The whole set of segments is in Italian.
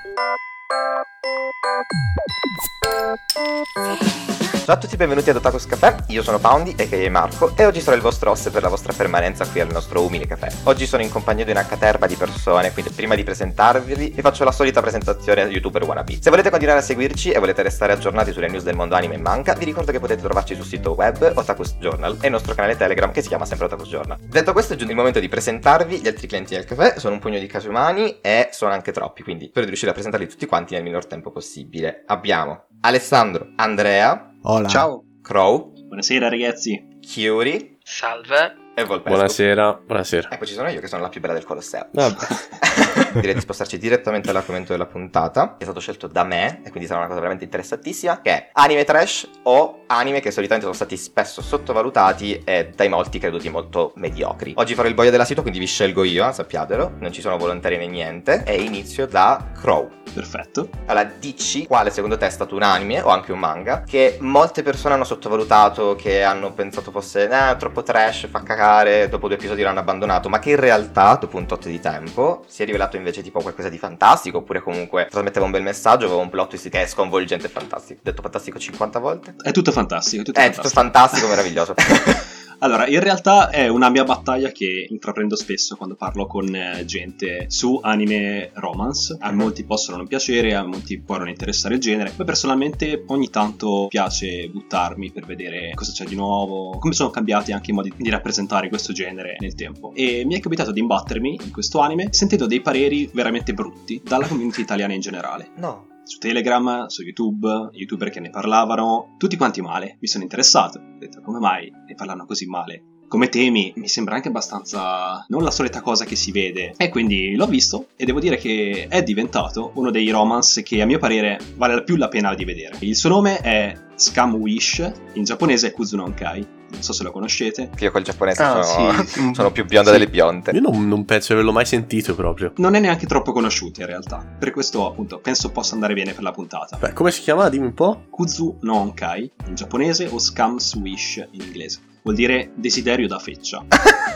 Ciao a tutti, benvenuti ad Otakus Café, io sono Poundy, a.k.a. Marco, e oggi sarò il vostro host per la vostra permanenza qui al nostro umile caffè. Oggi sono in compagnia di una caterva di persone, quindi prima di presentarvi vi faccio la solita presentazione youtuber wannabe. Se volete continuare a seguirci e volete restare aggiornati sulle news del mondo anime e manga, vi ricordo che potete trovarci sul sito web Otakus Journal e il nostro canale Telegram che si chiama sempre Otakus Journal. Detto questo, è giunto il momento di presentarvi gli altri clienti del caffè. Sono un pugno di casi umani e sono anche troppi, quindi spero di riuscire a presentarli tutti quanti nel minor tempo possibile. Abbiamo Alessandro, Andrea, Hola. Ciao. Crow, Buonasera ragazzi. Chiuri Salve. e Volpesco. Buonasera. Ecco, ci sono io che sono la più bella del Colosseo. Vabbè. Direi di spostarci direttamente all'argomento della puntata, che è stato scelto da me, e quindi sarà una cosa veramente interessantissima, che è anime trash o anime che solitamente sono stati spesso sottovalutati e dai molti creduti molto mediocri. Oggi farò il boia della situazione, quindi vi scelgo io, sappiatelo, non ci sono volontari né niente, e inizio da Crow. Perfetto. Allora, dici quale secondo te è stato un anime o anche un manga che molte persone hanno sottovalutato, che hanno pensato fosse troppo trash, fa cagare, dopo 2 episodi l'hanno abbandonato, ma che in realtà dopo un tot di tempo si è rivelato invece tipo qualcosa di fantastico, oppure comunque trasmetteva un bel messaggio, aveva un plot twist che è sconvolgente e fantastico. Detto fantastico 50 volte? È tutto fantastico. Tutto fantastico, meraviglioso. Allora, in realtà è una mia battaglia che intraprendo spesso quando parlo con gente su anime romance. A molti possono non piacere, a molti può non interessare il genere. Poi personalmente ogni tanto piace buttarmi per vedere cosa c'è di nuovo, come sono cambiati anche i modi di rappresentare questo genere nel tempo. E mi è capitato di imbattermi in questo anime sentendo dei pareri veramente brutti dalla community italiana in generale. No. Su Telegram, su YouTube, youtuber che ne parlavano, tutti quanti male. Mi sono interessato, ho detto come mai ne parlano così male? Come temi mi sembra anche abbastanza non la solita cosa che si vede, e quindi l'ho visto e devo dire che è diventato uno dei romance che a mio parere vale più la pena di vedere. Il suo nome è Scam Wish, in giapponese è Kuzu no Kai, non so se lo conoscete. Io col giapponese sì. sono più bionda delle bionde. Io non penso di averlo mai sentito proprio. Non è neanche troppo conosciuto in realtà, per questo appunto penso possa andare bene per la puntata. Beh, come si chiama? Dimmi un po'. Kuzu no Kai in giapponese o Scam's Wish in inglese. Vuol dire desiderio da feccia.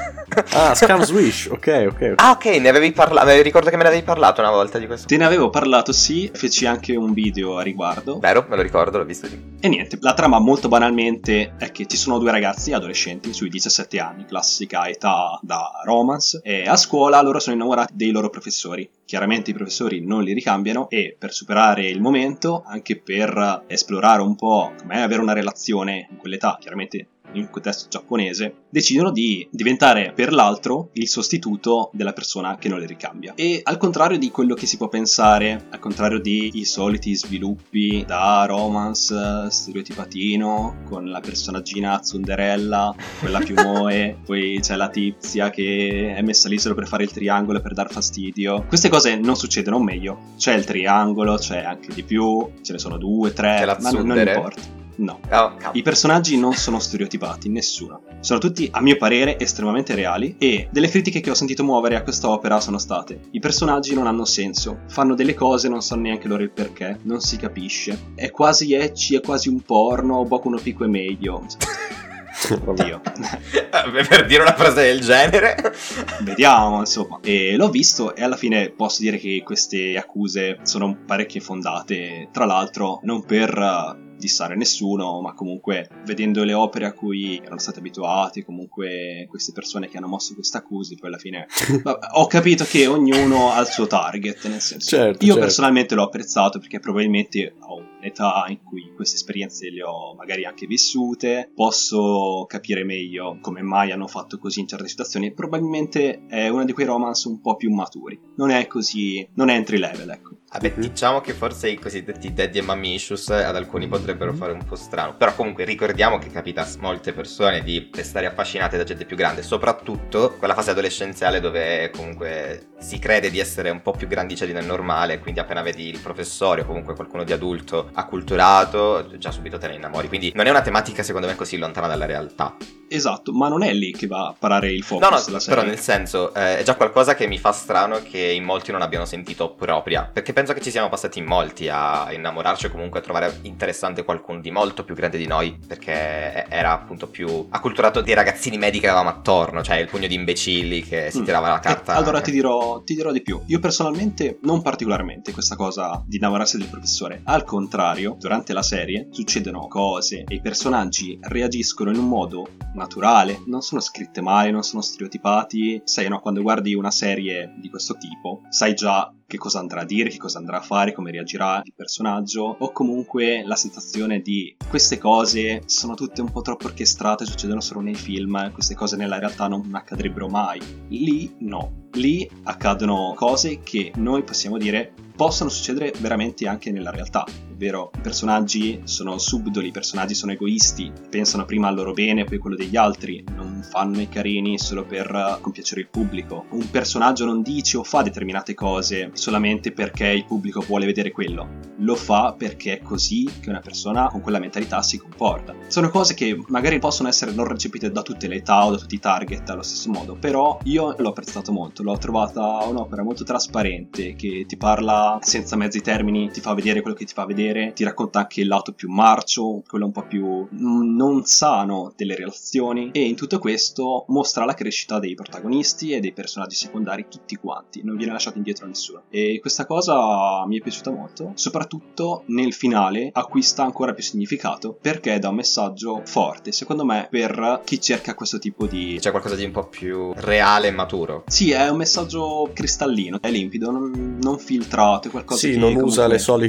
Ah, Scam's Wish, ok. Ah, ok, ne avevi parlato, ricordo che me ne avevi parlato una volta di questo. Te ne avevo parlato, sì, feci anche un video a riguardo. Vero, me lo ricordo, l'ho visto lì. E niente, la trama molto banalmente è che ci sono 2 ragazzi adolescenti sui 17 anni, classica età da romance, e a scuola loro sono innamorati dei loro professori. Chiaramente i professori non li ricambiano e per superare il momento, anche per esplorare un po' com'è avere una relazione in quell'età, chiaramente in un contesto giapponese, decidono di diventare per l'altro il sostituto della persona che non le ricambia. E al contrario di quello che si può pensare, al contrario di i soliti sviluppi da romance stereotipatino con la personaggina tsundерella, quella più moe, poi c'è la tizia che è messa lì solo per fare il triangolo e per dar fastidio, queste cose non succedono, o meglio, c'è il triangolo, c'è anche di più, ce ne sono 2, 3, ma non importa. No, i personaggi non sono stereotipati, nessuno. Sono tutti, a mio parere, estremamente reali, e delle critiche che ho sentito muovere a quest'opera sono state: i personaggi non hanno senso, fanno delle cose, non sanno neanche loro il perché, non si capisce, è quasi ecchi, è quasi un porno, Boku no Pico è meglio. Oddio. Per dire una frase del genere. Vediamo, insomma. E l'ho visto e alla fine posso dire che queste accuse sono parecchie fondate. Tra l'altro, non per dissare nessuno, ma comunque vedendo le opere a cui erano stati abituati, comunque queste persone che hanno mosso queste accuse, poi alla fine ho capito che ognuno ha il suo target, nel senso, certo. Personalmente l'ho apprezzato perché probabilmente ho un'età in cui queste esperienze le ho magari anche vissute, posso capire meglio come mai hanno fatto così in certe situazioni, e probabilmente è uno di quei romance un po' più maturi, non è entry level, ecco. Vabbè, diciamo che forse i cosiddetti daddy e mommy issues ad alcuni potrebbero fare un po' strano. Però comunque ricordiamo che capita a molte persone di restare affascinate da gente più grande, soprattutto quella fase adolescenziale dove comunque si crede di essere un po' più grandicelli del normale, quindi appena vedi il professore o comunque qualcuno di adulto acculturato, già subito te ne innamori. Quindi non è una tematica secondo me così lontana dalla realtà. Esatto, ma non è lì che va a parare il focus No, della serie. però nel senso, è già qualcosa che mi fa strano che in molti non abbiano sentito propria, perché penso che ci siamo passati in molti a innamorarci o comunque a trovare interessante qualcuno di molto più grande di noi, perché era appunto più acculturato dei ragazzini medi che avevamo attorno, cioè il pugno di imbecilli che si tirava la carta. Allora ti dirò di più. Io personalmente non particolarmente questa cosa di innamorarsi del professore. Al contrario, durante la serie succedono cose e i personaggi reagiscono in un modo naturale, non sono scritte male, non sono stereotipati. Sai, no, quando guardi una serie di questo tipo, sai già che cosa andrà a dire, che cosa andrà a fare, come reagirà il personaggio, o comunque la sensazione di queste cose sono tutte un po' troppo orchestrate, succedono solo nei film, queste cose nella realtà non accadrebbero mai. Lì no, lì accadono cose che noi possiamo dire possono succedere veramente anche nella realtà, ovvero i personaggi sono subdoli, i personaggi sono egoisti, pensano prima al loro bene poi quello degli altri, non fanno i carini solo per compiacere il pubblico. Un personaggio non dice o fa determinate cose solamente perché il pubblico vuole vedere quello, lo fa perché è così che una persona con quella mentalità si comporta. Sono cose che magari possono essere non recepite da tutte le età o da tutti i target allo stesso modo, però io l'ho apprezzato molto, l'ho trovata un'opera molto trasparente che ti parla senza mezzi termini, ti fa vedere quello che ti fa vedere, ti racconta anche il lato più marcio, quello un po' più non sano delle relazioni, e in tutto questo mostra la crescita dei protagonisti e dei personaggi secondari tutti quanti, non viene lasciato indietro nessuno, e questa cosa mi è piaciuta molto, soprattutto nel finale acquista ancora più significato perché dà un messaggio forte, secondo me, per chi cerca questo tipo di... C'è qualcosa di un po' più reale e maturo. Sì, è un messaggio cristallino, è limpido, non filtrato, è qualcosa sì, che non comunque... usa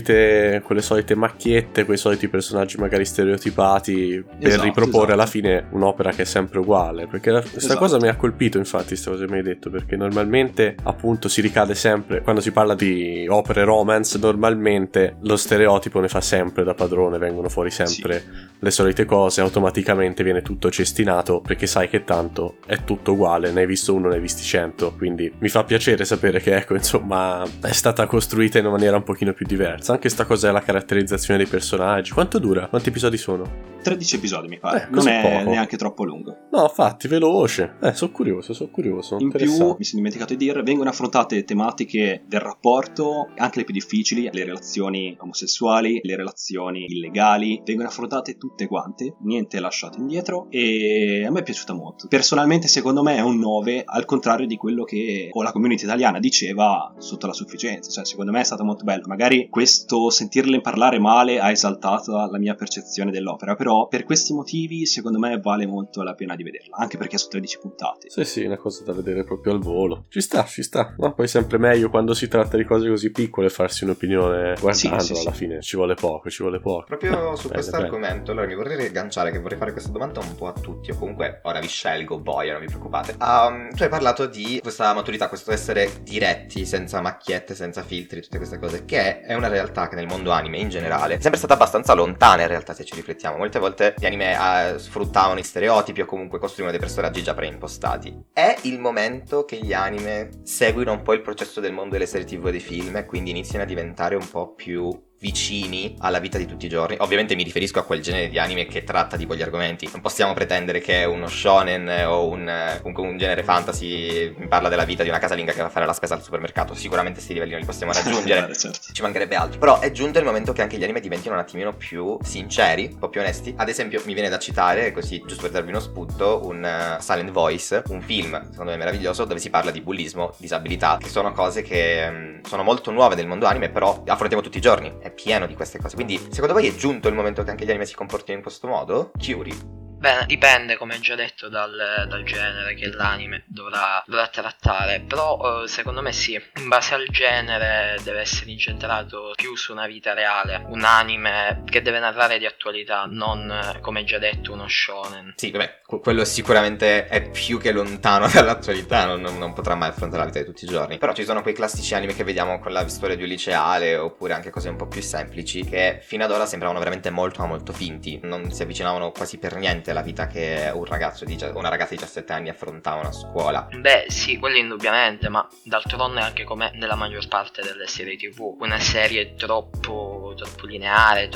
quelle solite macchiette, quei soliti personaggi magari stereotipati per Esatto, riproporre alla esatto. fine un'opera che è sempre uguale, perché questa Esatto. cosa mi ha colpito, infatti, questa cosa che mi hai detto, perché normalmente appunto si ricade sempre, quando si parla di opere romance, normalmente lo stereotipo ne fa sempre da padrone, vengono fuori sempre le solite cose, automaticamente viene tutto cestinato, perché sai che tanto è tutto uguale, ne hai visto uno, ne hai visti 100, quindi mi fa piacere sapere che, ecco, insomma, è stata costruita in una maniera un pochino più diversa. Anche sta cosa è la caratterizzazione dei personaggi. Quanto dura? Quanti episodi sono? 13 episodi mi pare, non così è poco. neanche troppo lungo. No, infatti, veloce. Sono curioso. In più, mi sono dimenticato di dire, vengono affrontate tematiche del rapporto, anche le più difficili, le relazioni omosessuali, le relazioni illegali, vengono affrontate tutte quante, niente è lasciato indietro, e a me è piaciuta molto. Personalmente, secondo me è un 9, al contrario di quello che la community italiana diceva sotto la sufficienza, cioè secondo me è stato molto bello. Magari questo sentirle parlare male ha esaltato la mia percezione dell'opera, però per questi motivi secondo me vale molto la pena di vederla, anche perché su 13 puntate. Sì, una cosa da vedere proprio al volo. Ci sta. Ma poi è sempre meglio quando si tratta di cose così piccole farsi un'opinione guardandola, Sì. alla fine ci vuole poco. Proprio su questo bene. argomento, allora mi vorrei riagganciare, che vorrei fare questa domanda un po' a tutti, o comunque ora vi scelgo, boia, non vi preoccupate. Tu hai parlato di questa maturità, questo essere diretti, senza macchiette, senza filtri, tutte queste cose, che è una realtà che nel mondo anime in generale è sempre stata abbastanza lontana in realtà, se ci riflettiamo. Molte volte gli anime sfruttavano i stereotipi o comunque costruivano dei personaggi già preimpostati. È il momento che gli anime seguino un po' il processo del mondo delle serie TV e dei film e quindi iniziano a diventare un po' più vicini alla vita di tutti i giorni. Ovviamente mi riferisco a quel genere di anime che tratta di quegli argomenti. Non possiamo pretendere che uno shonen o comunque un genere fantasy mi parla della vita di una casalinga che va a fare la spesa al supermercato. Sicuramente questi livelli non li possiamo raggiungere. Certo. Ci mancherebbe altro. Però è giunto il momento che anche gli anime diventino un attimino più sinceri, un po' più onesti. Ad esempio mi viene da citare, così giusto per darvi uno spunto, un Silent Voice, un film secondo me meraviglioso dove si parla di bullismo, disabilità, che sono cose che sono molto nuove nel mondo anime, però affrontiamo tutti i giorni. È pieno di queste cose. Quindi secondo voi è giunto il momento che anche gli anime si comportino in questo modo? Chiuri? Bene, dipende, come già detto, dal genere che l'anime dovrà trattare, però secondo me sì, in base al genere deve essere incentrato più su una vita reale, un anime che deve narrare di attualità, non come già detto uno shonen. Sì, vabbè, quello sicuramente è più che lontano dall'attualità, non potrà mai affrontare la vita di tutti i giorni. Però ci sono quei classici anime che vediamo con la storia di un liceale, oppure anche cose un po' più semplici, che fino ad ora sembravano veramente molto ma molto finti, non si avvicinavano quasi per niente alla vita che una ragazza di 17 anni affrontavano a scuola. Beh sì, quello indubbiamente, ma d'altronde anche come nella maggior parte delle serie TV, una serie troppo lineare, troppo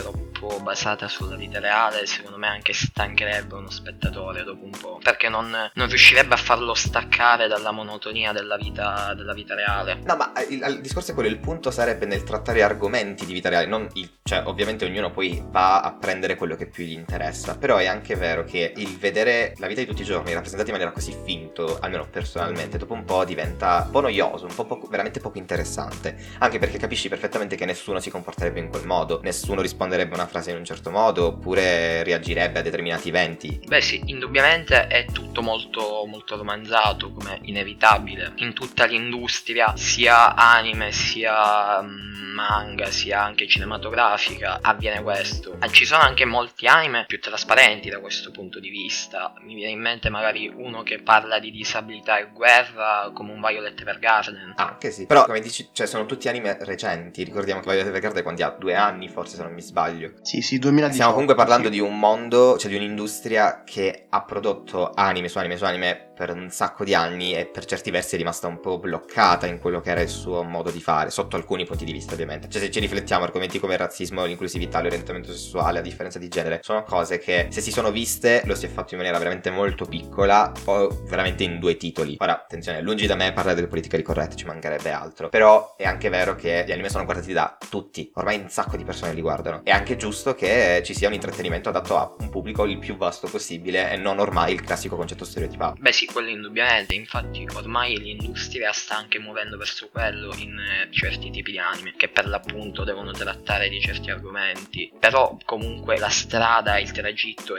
troppo basata sulla vita reale, secondo me anche stancherebbe uno spettatore dopo un po', perché non riuscirebbe a farlo staccare dalla monotonia della vita reale. No, ma il discorso è quello, il punto sarebbe nel trattare argomenti di vita reale, cioè ovviamente ognuno poi va a prendere quello che più gli interessa, però è anche vero che il vedere la vita di tutti i giorni rappresentata in maniera così finto, almeno personalmente, dopo un po' diventa un po' noioso, un po' veramente poco interessante, anche perché capisci perfettamente che nessuno si comporterebbe in quel modo, nessuno risponderebbe a una frase in un certo modo, oppure reagirebbe a determinati eventi. Beh sì, indubbiamente è tutto molto, molto romanzato, come inevitabile. In tutta l'industria, sia anime, sia manga, sia anche cinematografica, avviene questo. Ci sono anche molti anime più trasparenti da questo punto di vista. Mi viene in mente magari uno che parla di disabilità e guerra, come un Violet Evergarden. Anche sì, però come dici, cioè sono tutti anime recenti, ricordiamo che Violet Evergarden quanti ha? 2 anni forse, se non mi sbaglio. Sì, 2018. Stiamo comunque parlando di un mondo, cioè di un'industria che ha prodotto anime su anime per un sacco di anni e per certi versi è rimasta un po' bloccata in quello che era il suo modo di fare, sotto alcuni punti di vista ovviamente. Cioè se ci riflettiamo, argomenti come il razzismo, l'inclusività, l'orientamento sessuale, la differenza di genere, sono cose che se si sono viste lo si è fatto in maniera veramente molto piccola o veramente in 2 titoli. Ora, attenzione, lungi da me parlare del politically correct, ci mancherebbe altro, però è anche vero che gli anime sono guardati da tutti, ormai un sacco di persone li guardano. È anche giusto che ci sia un intrattenimento adatto a un pubblico il più vasto possibile e non ormai il classico concetto stereotipato. Beh sì, quello indubbiamente, infatti ormai l'industria sta anche muovendo verso quello in certi tipi di anime, che per l'appunto devono trattare di certi argomenti, però comunque la strada, il tragitto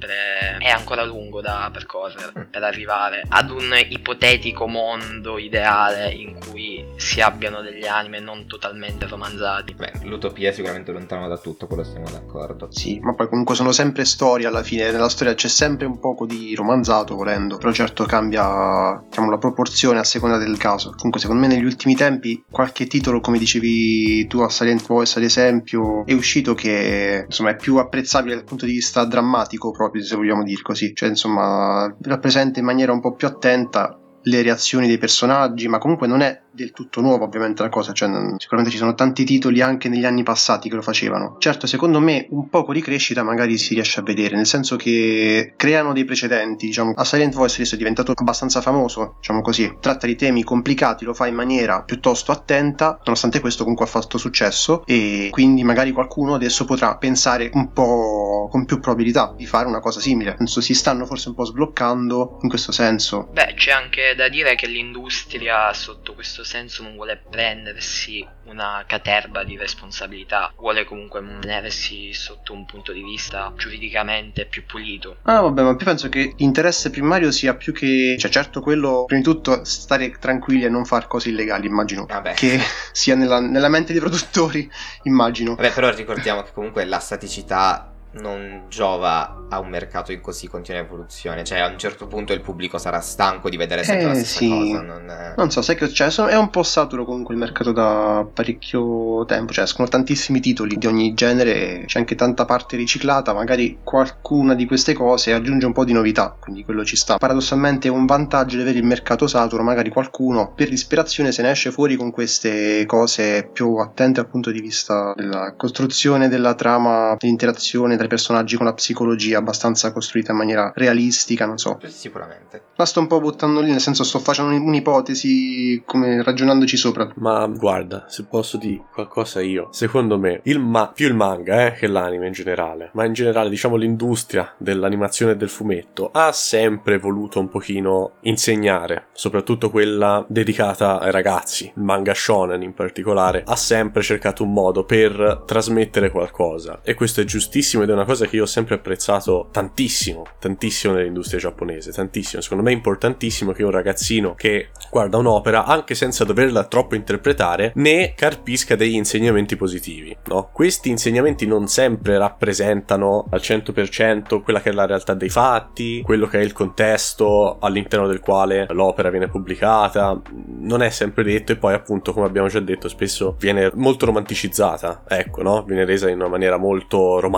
è ancora lungo da percorrere per arrivare ad un ipotetico mondo ideale in cui si abbiano degli anime non totalmente romanzati. Beh, l'utopia è sicuramente lontano da tutto, quello siamo d'accordo. Sì, ma poi comunque sono sempre storie alla fine, nella storia c'è sempre un poco di romanzato volendo, però certo cambia, diciamo, la proporzione a seconda del caso. Comunque secondo me negli ultimi tempi qualche titolo, come dicevi tu a Silent Voice ad esempio, è uscito che insomma è più apprezzabile dal punto di vista drammatico proprio, se vogliamo dire così, cioè insomma rappresenta in maniera un po' più attenta le reazioni dei personaggi, ma comunque non è del tutto nuova ovviamente la cosa, cioè sicuramente ci sono tanti titoli anche negli anni passati che lo facevano. Certo, secondo me un poco di crescita magari si riesce a vedere, nel senso che creano dei precedenti, diciamo. A Silent Voice adesso è diventato abbastanza famoso, diciamo così, tratta di temi complicati, lo fa in maniera piuttosto attenta, nonostante questo comunque ha fatto successo, e quindi magari qualcuno adesso potrà pensare un po' con più probabilità di fare una cosa simile. Penso si stanno forse un po' sbloccando in questo senso. Beh, c'è anche da dire che l'industria sotto questo senso non vuole prendersi una caterva di responsabilità, vuole comunque mantenersi sotto un punto di vista giuridicamente più pulito. Ah vabbè, ma io penso che l'interesse primario sia più che, cioè certo quello, prima di tutto stare tranquilli e non fare cose illegali, immagino. Vabbè. Che sia nella mente dei produttori, immagino. Vabbè, però ricordiamo che comunque la staticità non giova a un mercato in così continua evoluzione, cioè a un certo punto il pubblico sarà stanco di vedere sempre la stessa sì. cosa. Non so, sai che è un po' saturo comunque il mercato da parecchio tempo, cioè escono tantissimi titoli di ogni genere, c'è anche tanta parte riciclata, magari qualcuna di queste cose aggiunge un po' di novità, quindi quello ci sta. Paradossalmente è un vantaggio di avere il mercato saturo, magari qualcuno per disperazione se ne esce fuori con queste cose più attente dal punto di vista della costruzione della trama, dell'interazione tra i personaggi con la psicologia abbastanza costruita in maniera realistica, non so. Sicuramente. La sto un po' buttando lì, nel senso sto facendo un'ipotesi come ragionandoci sopra. Ma guarda, se posso dire qualcosa io, secondo me più il manga che l'anime in generale, ma in generale diciamo l'industria dell'animazione e del fumetto ha sempre voluto un pochino insegnare, soprattutto quella dedicata ai ragazzi, il manga shonen in particolare, ha sempre cercato un modo per trasmettere qualcosa, e questo è giustissimo ed è una cosa che io ho sempre apprezzato tantissimo nell'industria giapponese, tantissimo. Secondo me è importantissimo che un ragazzino che guarda un'opera, anche senza doverla troppo interpretare, ne carpisca degli insegnamenti positivi, no? Questi insegnamenti non sempre rappresentano al 100% quella che è la realtà dei fatti, quello che è il contesto all'interno del quale l'opera viene pubblicata, non è sempre detto, e poi appunto, come abbiamo già detto, spesso viene molto romanticizzata, ecco, no? Viene resa in una maniera molto romantica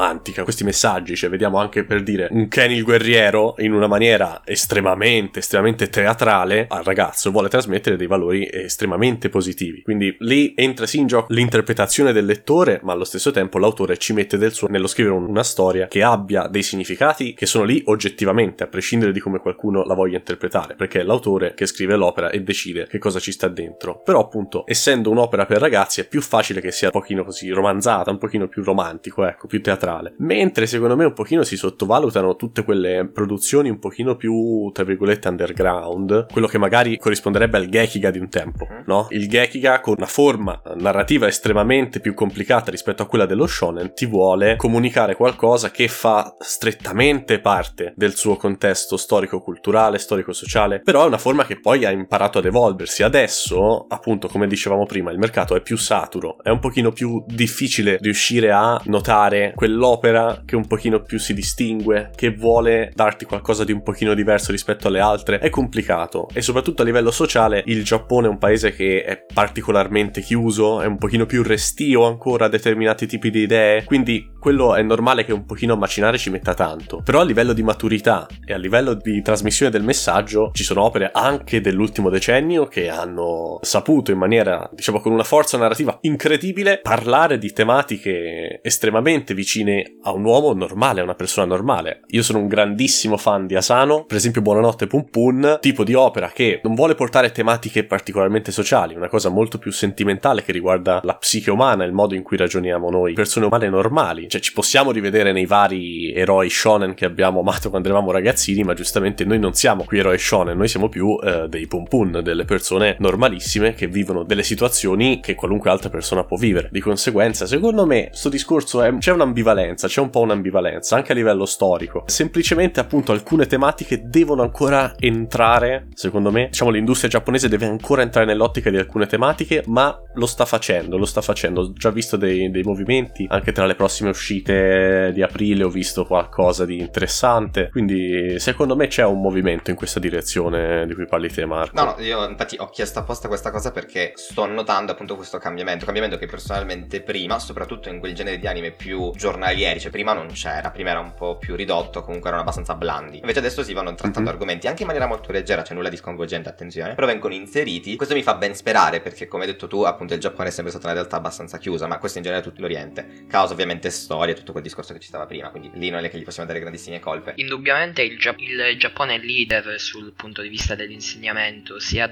anche questi messaggi, cioè vediamo anche, per dire, un Ken il guerriero in una maniera estremamente teatrale al ragazzo vuole trasmettere dei valori estremamente positivi, quindi lì entra sì in gioco l'interpretazione del lettore, ma allo stesso tempo l'autore ci mette del suo nello scrivere una storia che abbia dei significati che sono lì oggettivamente, a prescindere di come qualcuno la voglia interpretare, perché è l'autore che scrive l'opera e decide che cosa ci sta dentro. Però appunto, essendo un'opera per ragazzi, è più facile che sia un pochino così romanzata, un pochino più romantico, ecco, più teatrale. Mentre secondo me un pochino si sottovalutano tutte quelle produzioni un pochino più, tra virgolette, underground, quello che magari corrisponderebbe al Gekiga di un tempo, no? Il Gekiga, con una forma narrativa estremamente più complicata rispetto a quella dello shonen, ti vuole comunicare qualcosa che fa strettamente parte del suo contesto storico-culturale, storico-sociale, però è una forma che poi ha imparato ad evolversi. Adesso, appunto, come dicevamo prima, il mercato è più saturo, è un pochino più difficile riuscire a notare quell'opera che un pochino più si distingue, che vuole darti qualcosa di un pochino diverso rispetto alle altre. È complicato, e soprattutto a livello sociale il Giappone è un paese che è particolarmente chiuso, è un pochino più restio ancora a determinati tipi di idee, quindi quello è normale che un pochino a macinare ci metta tanto. Però a livello di maturità e a livello di trasmissione del messaggio ci sono opere anche dell'ultimo decennio che hanno saputo in maniera, diciamo, con una forza narrativa incredibile parlare di tematiche estremamente vicine a un uomo normale, a una persona normale. Io sono un grandissimo fan di Asano, per esempio Buonanotte Pum Pum, tipo di opera che non vuole portare tematiche particolarmente sociali, una cosa molto più sentimentale che riguarda la psiche umana, il modo in cui ragioniamo noi, persone umane normali. Cioè ci possiamo rivedere nei vari eroi shonen che abbiamo amato quando eravamo ragazzini, ma giustamente noi non siamo qui eroi shonen, noi siamo più dei pum pum, delle persone normalissime che vivono delle situazioni che qualunque altra persona può vivere. Di conseguenza, secondo me, sto discorso c'è un'ambivalenza, c'è un po' un'ambivalenza anche a livello storico. Semplicemente, appunto, alcune tematiche devono ancora entrare, secondo me, diciamo, l'industria giapponese deve ancora entrare nell'ottica di alcune tematiche, ma lo sta facendo. Ho già visto dei movimenti, anche tra le prossime uscite di aprile ho visto qualcosa di interessante, quindi secondo me c'è un movimento in questa direzione di cui parli te, Marco. No, io infatti ho chiesto apposta questa cosa perché sto notando appunto questo cambiamento che personalmente prima, soprattutto in quel genere di anime più giornalieri, cioè prima non c'era, prima era un po' più ridotto, comunque erano abbastanza blandi, invece adesso si vanno trattando argomenti anche in maniera molto leggera, c'è nulla di sconvolgente, attenzione, però vengono inseriti. Questo mi fa ben sperare perché, come hai detto tu, appunto il Giappone è sempre stata una realtà abbastanza chiusa, ma questo in genere tutto l'Oriente, causa ovviamente storia e tutto quel discorso che ci stava prima, quindi lì non è che gli possiamo dare grandissime colpe. Indubbiamente il Giappone è leader sul punto di vista dell'insegnamento, sia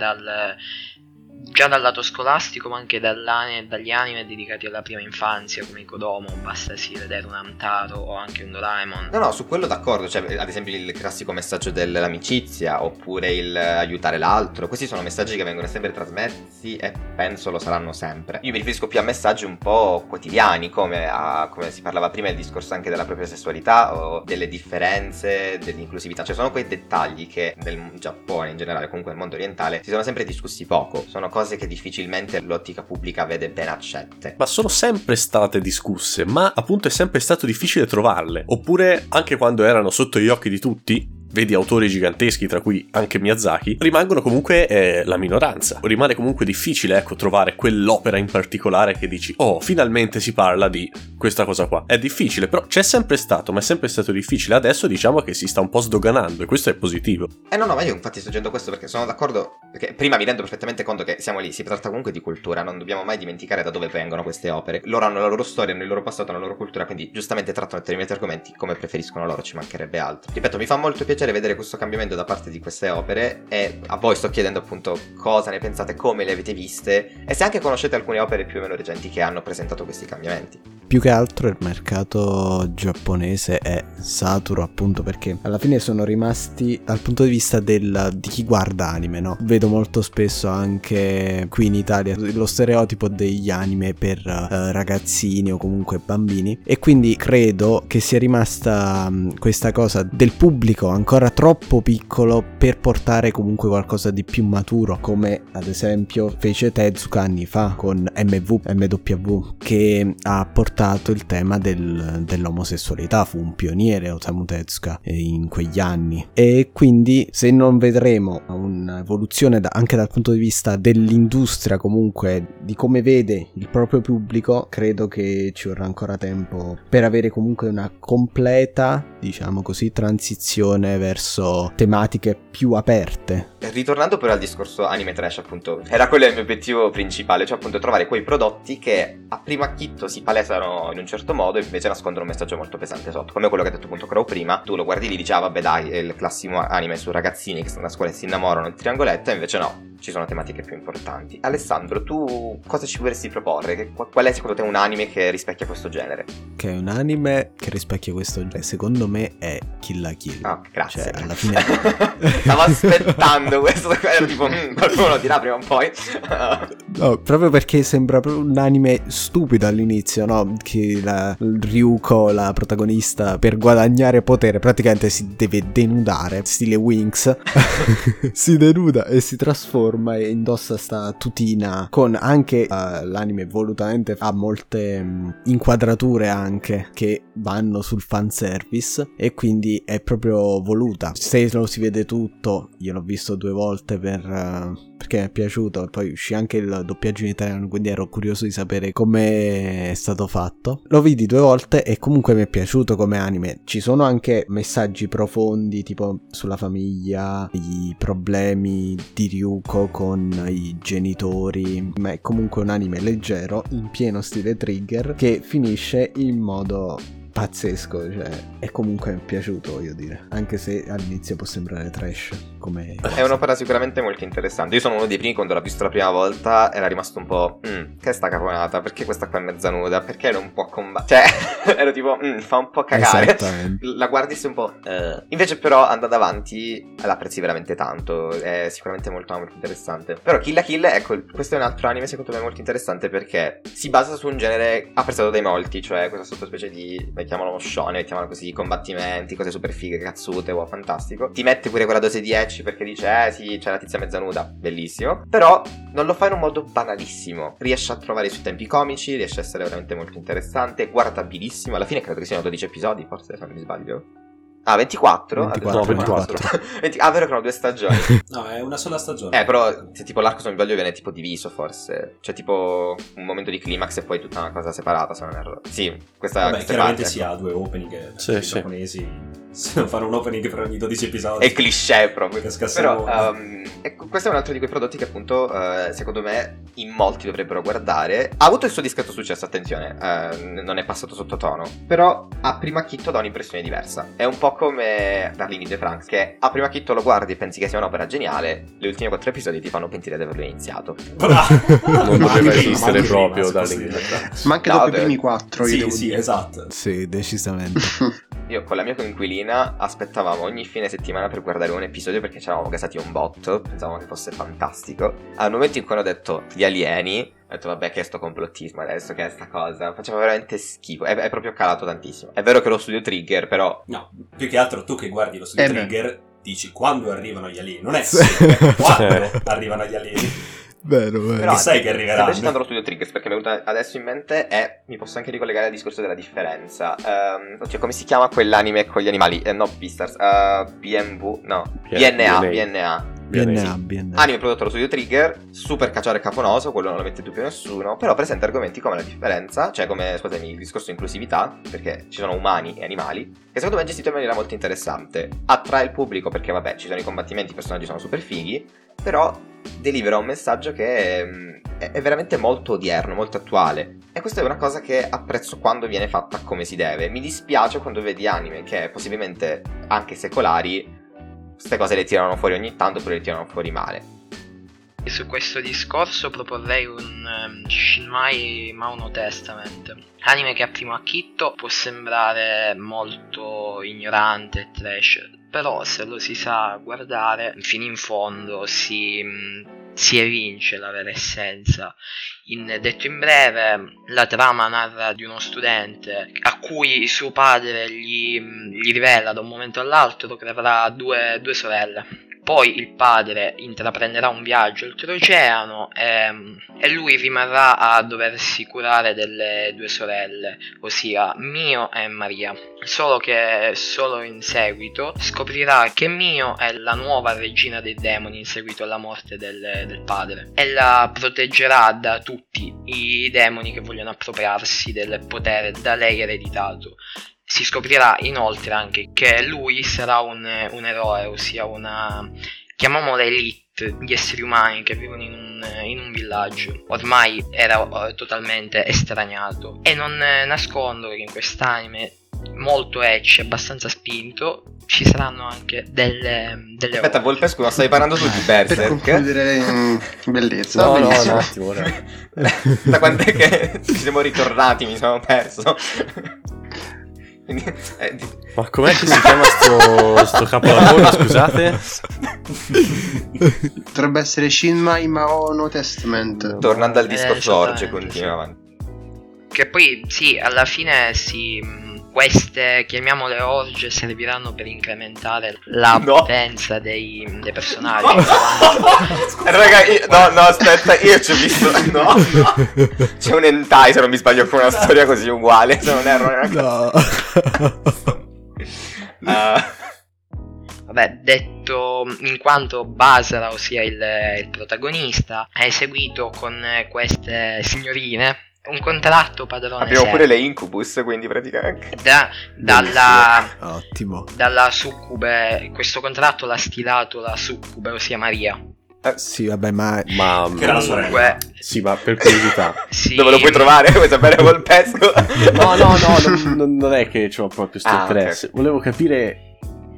già dal lato scolastico, ma anche dagli anime dedicati alla prima infanzia, come i Kodomo, basta vedere un Hamtaro o anche un Doraemon. No, su quello d'accordo, cioè ad esempio il classico messaggio dell'amicizia, oppure il aiutare l'altro, questi sono messaggi che vengono sempre trasmessi e penso lo saranno sempre. Io mi riferisco più a messaggi un po' quotidiani, come si parlava prima, il discorso anche della propria sessualità o delle differenze, dell'inclusività, cioè sono quei dettagli che nel Giappone in generale, comunque nel mondo orientale, si sono sempre discussi poco, sono cose che difficilmente l'ottica pubblica vede ben accette. Ma sono sempre state discusse, ma appunto è sempre stato difficile trovarle. Oppure, anche quando erano sotto gli occhi di tutti, vedi autori giganteschi, tra cui anche Miyazaki, rimangono comunque la minoranza. Rimane comunque difficile, ecco, trovare quell'opera in particolare che dici, oh, finalmente si parla di questa cosa qua. È difficile, però c'è sempre stato, ma è sempre stato difficile. Adesso diciamo che si sta un po' sdoganando e questo è positivo. No, ma io infatti sto dicendo questo perché sono d'accordo, perché prima mi rendo perfettamente conto che siamo lì, si tratta comunque di cultura, non dobbiamo mai dimenticare da dove vengono queste opere. Loro hanno la loro storia, hanno il loro passato, hanno la loro cultura, quindi giustamente trattano determinati argomenti come preferiscono loro, ci mancherebbe altro. Ripeto, mi fa molto piacere vedere questo cambiamento da parte di queste opere e a voi sto chiedendo appunto cosa ne pensate, come le avete viste e se anche conoscete alcune opere più o meno recenti che hanno presentato questi cambiamenti. Più che altro il mercato giapponese è saturo, appunto perché alla fine sono rimasti, dal punto di vista di chi guarda anime, no? Vedo molto spesso anche qui in Italia lo stereotipo degli anime per ragazzini o comunque bambini, e quindi credo che sia rimasta questa cosa del pubblico ancora troppo piccolo per portare comunque qualcosa di più maturo, come ad esempio fece Tezuka anni fa con MW, che ha portato affrontato il tema dell'omosessualità, fu un pioniere Osamu Tezuka in quegli anni, e quindi se non vedremo un'evoluzione anche dal punto di vista dell'industria, comunque di come vede il proprio pubblico, credo che ci vorrà ancora tempo per avere comunque una completa, diciamo così, transizione verso tematiche più aperte. Ritornando però al discorso anime trash, appunto, era quello il mio obiettivo principale, cioè appunto trovare quei prodotti che a primo acchito si palesano in un certo modo e invece nascondono un messaggio molto pesante sotto, come quello che ha detto appunto Crow prima. Tu lo guardi lì, dici vabbè dai, è il classico anime su ragazzini che stanno a scuola e si innamorano, il triangoletto, e invece no, ci sono tematiche più importanti. Alessandro, tu cosa ci vorresti proporre? Qual è secondo te un anime che rispecchia questo genere? Che è un anime che rispecchia questo genere, secondo me è Kill la Kill. Ah, grazie. Cioè, alla fine stavo aspettando questo, ero tipo qualcuno lo dirà prima o poi. no, proprio perché sembra proprio un anime stupido all'inizio, no? Che Ryuko, la protagonista, per guadagnare potere praticamente si deve denudare, stile Winx. Si denuda e si trasforma e indossa sta tutina, con anche l'anime volutamente ha molte inquadrature anche che vanno sul fanservice, e quindi è proprio voluta. Se lo si vede tutto, io l'ho visto 2 volte perché mi è piaciuto, poi uscì anche il doppiaggio in italiano, quindi ero curioso di sapere come è stato fatto. Lo vidi 2 volte e comunque mi è piaciuto come anime. Ci sono anche messaggi profondi tipo sulla famiglia, i problemi di Ryuko con i genitori, ma è comunque un anime leggero in pieno stile Trigger che finisce in modo pazzesco, cioè è comunque piaciuto, voglio dire, anche se all'inizio può sembrare trash come è un'opera sicuramente molto interessante. Io sono uno dei primi, quando l'ho visto la prima volta era rimasto un po' che è sta caponata, perché questa qua è mezza nuda, perché non può combattere, cioè ero tipo fa un po' cagare, la guardi un po' invece però andando avanti l'apprezzi veramente tanto, è sicuramente molto molto interessante. Però Kill la Kill, ecco, questo è un altro anime secondo me molto interessante perché si basa su un genere apprezzato dai molti, cioè questa sottospecie di, mettiamolo shonen, mettiamolo così, combattimenti, cose super fighe, cazzute, wow, fantastico. Ti mette pure quella dose di ecchi perché dice sì, c'è la tizia mezza nuda, bellissimo. Però non lo fa in un modo banalissimo, riesce a trovare i suoi tempi comici, riesce a essere veramente molto interessante, guardabilissimo. Alla fine credo che siano 12 episodi, forse, se non mi sbaglio. Ah, 24? 24. Ah, vero che erano 2 stagioni. No, è una sola stagione. Però se tipo l'arco, se non mi sbaglio, viene tipo diviso, forse. Cioè tipo un momento di climax e poi tutta una cosa separata, se non erro. Sì, questa chiaramente parte, si ha 2 opening. Sì, i giapponesi fanno un opening per ogni 12 episodi. È cliché proprio. Però ecco, questo è un altro di quei prodotti che appunto secondo me in molti dovrebbero guardare. Ha avuto il suo discreto successo, attenzione, non è passato sottotono, però a prima acchito dà un'impressione diversa. È un po' come Darling in the Franxx, che a prima acchito lo guardi e pensi che sia un'opera geniale, le ultime 4 episodi ti fanno pentire di averlo iniziato. Non doveva esistere proprio prima, Darling in the Franxx. Ma anche dopo i primi 4 io devo dire. Esatto. Sì, decisamente. Io con la mia coinquilina aspettavamo ogni fine settimana per guardare un episodio perché ci eravamo gasati un botto, pensavamo che fosse fantastico. Al momento in cui hanno detto gli alieni, ho detto vabbè, che è sto complottismo adesso, che è sta cosa, faceva veramente schifo, è proprio calato tantissimo. È vero che lo studio Trigger, però no, più che altro tu che guardi lo studio Trigger dici quando arrivano gli alieni, non è quando arrivano gli alieni. Vero. Però sai che arriveranno. Sto citando lo studio Triggers perché mi è venuto adesso in mente e mi posso anche ricollegare al discorso della differenza. Oddio, come si chiama quell'anime con gli animali? No, Beastars, BNV, no, BNA. Anime prodotto dallo studio Trigger, super cacciare cafonoso, quello non lo mette in dubbio nessuno, però presenta argomenti come la differenza, cioè come, scusami, il discorso di inclusività, perché ci sono umani e animali, che secondo me è gestito in maniera molto interessante. Attrae il pubblico perché vabbè, ci sono i combattimenti, i personaggi sono super fighi, però delivera un messaggio che è veramente molto odierno, molto attuale. E questa è una cosa che apprezzo quando viene fatta come si deve. Mi dispiace quando vedi anime che possibilmente anche secolari queste cose le tirano fuori ogni tanto, oppure le tirano fuori male. E su questo discorso proporrei un Shinmai Mauno Testament, anime che a primo acchito può sembrare molto ignorante e trash, però se lo si sa guardare fino in fondo si evince la vera essenza. Detto in breve, la trama narra di uno studente a cui suo padre gli rivela da un momento all'altro che avrà due sorelle. Poi il padre intraprenderà un viaggio oltreoceano e lui rimarrà a doversi curare delle due sorelle, ossia Mio e Maria. Solo che solo in seguito scoprirà che Mio è la nuova regina dei demoni in seguito alla morte del padre e la proteggerà da tutti i demoni che vogliono appropriarsi del potere da lei ereditato. Si scoprirà inoltre anche che lui sarà un eroe, ossia chiamiamola elite, gli esseri umani che vivono in un villaggio. Ormai era totalmente estraniato. E non nascondo che in quest'anime molto ecce, abbastanza spinto, ci saranno anche delle Aspetta, Volpescu, ma stai parlando tu di Per Berserk? concludere in bellezza. No, un bellissimo. attimo, ora. Da quant'è che ci siamo ritornati? Mi sono perso. Quindi, Ma com'è che si chiama sto capolavoro, scusate? Dovrebbe essere Shinmai Mao no Testament. tornando al discorso esattamente, Orge, continua avanti. Che poi sì, alla fine queste, chiamiamole orge, serviranno per incrementare la No. potenza dei personaggi. Raga, no, aspetta, io ci ho visto. No. C'è un hentai, se non mi sbaglio, con una storia così uguale. Se non erro, No. Vabbè, detto in quanto Basara, ossia il protagonista, ha eseguito con queste signorine un contratto padrone abbiamo pure serio. le Incubus, quindi praticamente. Ottimo. Dalla succube. Questo contratto l'ha stilato la succube, ossia Maria. Sì, vabbè, ma Ma Che era la sorella. Comunque, sì, ma per curiosità. sì, Dove lo puoi trovare? Vuoi sapere Volpescu? No, non è che c'ho proprio questo interesse. ok. Volevo capire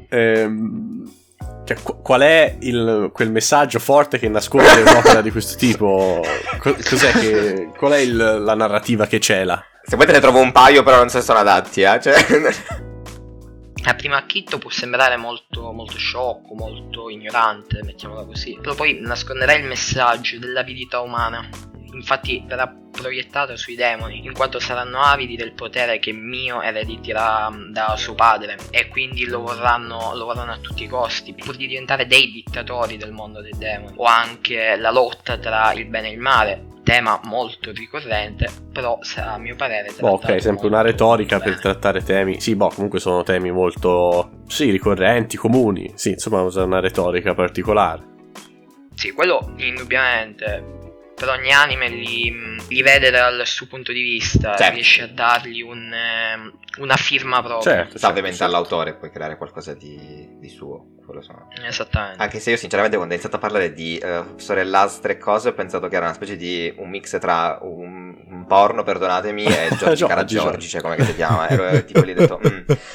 cioè, qual è quel messaggio forte che nasconde un'opera di questo tipo. Qual è la narrativa che cela? Se vuoi te ne trovo un paio, però non so se sono adatti, Cioè. a primo acchito può sembrare molto, molto sciocco, molto ignorante, mettiamola così, però poi nasconderà il messaggio dell'avidità umana. Infatti verrà proiettato sui demoni, in quanto saranno avidi del potere che Mio erediterà da suo padre, e quindi lo vorranno a tutti i costi, pur di diventare dei dittatori del mondo dei demoni. O anche la lotta tra il bene e il male, tema molto ricorrente, però sarà a mio parere trattato Ok, sempre una molto retorica per bene. trattare temi. Sì, comunque sono temi molto, sì, ricorrenti, comuni. Sì, insomma, usa una retorica particolare. Sì, quello indubbiamente. Per ogni anime li vede dal suo punto di vista, Certo. riesce a dargli una firma propria. Certo, Ovviamente all'autore puoi creare qualcosa di suo. Quello sono. Esattamente. Anche se io sinceramente quando ho iniziato a parlare di sorellastre e cose ho pensato che era una specie di un mix tra un porno, perdonatemi, e Giorgi Caragiorgi, cioè come che si chiama. Ero tipo lì ho detto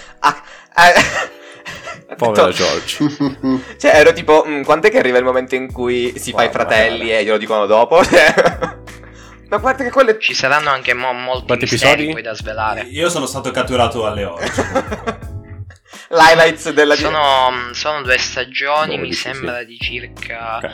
Povera Giorgi. Cioè ero tipo quant'è che arriva il momento in cui si fa i fratelli e glielo dicono dopo? Ma guarda che quelle. Ci saranno anche molti Quanti misteri episodi? poi da svelare. Io sono stato catturato alle ore. L'highlights della Sono 2 stagioni, 12, mi sì. sembra di circa Ok.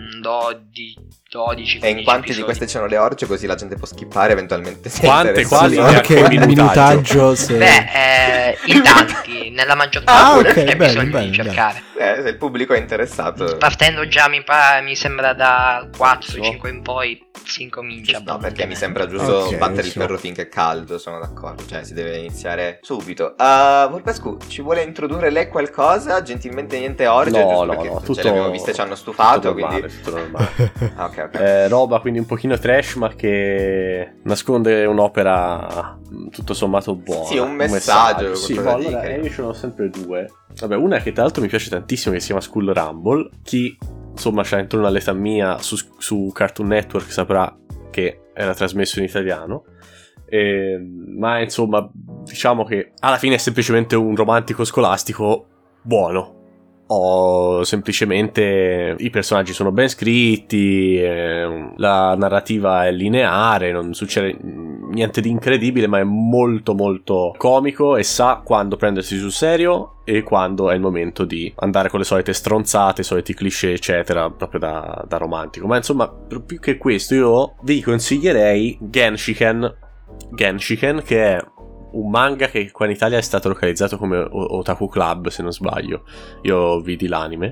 12 E in quanti di episodi. queste c'erano le orge, così la gente può skippare eventualmente. se Quante, interessa. quali? anche Anche un minutaggio se... Beh, in tanti, nella maggior Ah, parte ok, c'è bene, bisogno bene, di cercare. Se il pubblico è interessato. Partendo già mi sembra da 4-5 in poi si incomincia. No, perché mi sembra giusto Ok, battere il sì. ferro finché è caldo, sono d'accordo. Cioè, si deve iniziare subito. Volpescu, ci vuole introdurre lei qualcosa? Gentilmente niente orge? giusto perché tutto ce le abbiamo viste, ci hanno stufato, tutto normale, quindi. tutto normale. Ah, ok. Roba quindi un pochino trash, ma che nasconde un'opera tutto sommato buona. Sì, un messaggio, Sì, qualcosa di allora, carino. io ce ne ho sempre due. Vabbè, una che tra l'altro mi piace tantissimo, che si chiama School Rumble. Chi insomma c'ha intorno all'età mia su Cartoon Network saprà che era trasmesso in italiano. Ma insomma, diciamo che alla fine è semplicemente un romantico scolastico buono. Semplicemente i personaggi sono ben scritti, la narrativa è lineare, non succede niente di incredibile, ma è molto molto comico e sa quando prendersi sul serio e quando è il momento di andare con le solite stronzate, i soliti cliché eccetera, proprio da romantico. Ma insomma, più che questo io vi consiglierei Genshiken, che è un manga che qua in Italia è stato localizzato come Otaku Club, se non sbaglio. Io vidi l'anime,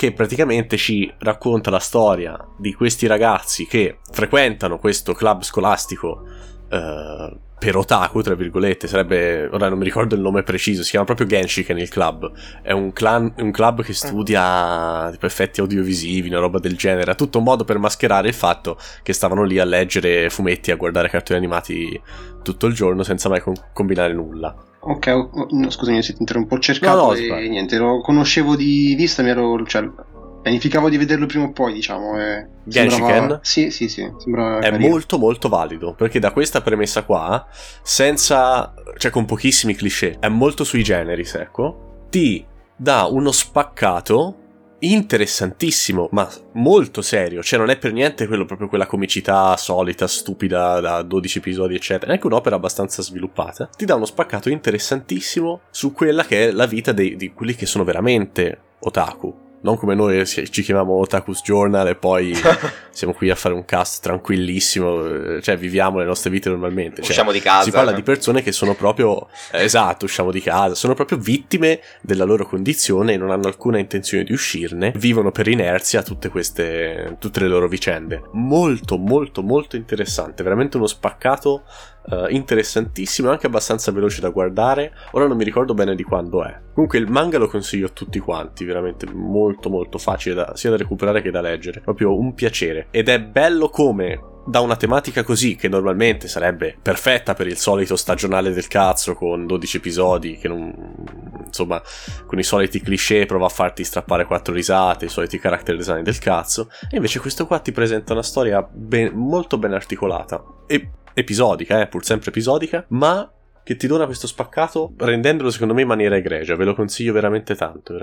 che praticamente ci racconta la storia di questi ragazzi che frequentano questo club scolastico per otaku, tra virgolette, sarebbe, ora non mi ricordo il nome preciso, si chiama proprio Genshiken il club, è un club che studia tipo effetti audiovisivi, una roba del genere, ha tutto un modo per mascherare il fatto che stavano lì a leggere fumetti, a guardare cartoni animati tutto il giorno senza mai combinare nulla. Ok, no, scusami se ti interrompo, ho cercato e niente, lo conoscevo di vista, pianificavo di vederlo prima o poi, diciamo. Genshiken? Sì, sembrava è carino. molto molto valido, perché da questa premessa qua, cioè con pochissimi cliché, è molto sui generis, ecco, ti dà uno spaccato interessantissimo, ma molto serio, cioè non è per niente proprio quella comicità solita, stupida da 12 episodi eccetera, è anche un'opera abbastanza sviluppata, ti dà uno spaccato interessantissimo su quella che è la vita di quelli che sono veramente otaku. Non come noi ci chiamiamo Otaku's Journal e poi siamo qui a fare un cast tranquillissimo, cioè viviamo le nostre vite normalmente. Usciamo di casa. Si parla di persone che sono proprio, esatto, usciamo di casa, sono proprio vittime della loro condizione e non hanno alcuna intenzione di uscirne, vivono per inerzia tutte le loro vicende. Molto, molto, molto interessante, veramente uno spaccato interessantissimo e anche abbastanza veloce da guardare. Ora non mi ricordo bene di quando è. Comunque il manga lo consiglio a tutti quanti, veramente molto molto facile sia da recuperare che da leggere, proprio un piacere. Ed è bello come da una tematica così, che normalmente sarebbe perfetta per il solito stagionale del cazzo con 12 episodi che non, insomma, con i soliti cliché, prova a farti strappare 4 risate, i soliti character design del cazzo, e invece questo qua ti presenta una storia molto ben articolata e episodica, pur sempre episodica, ma che ti dona questo spaccato rendendolo secondo me in maniera egregia. Ve lo consiglio veramente tanto,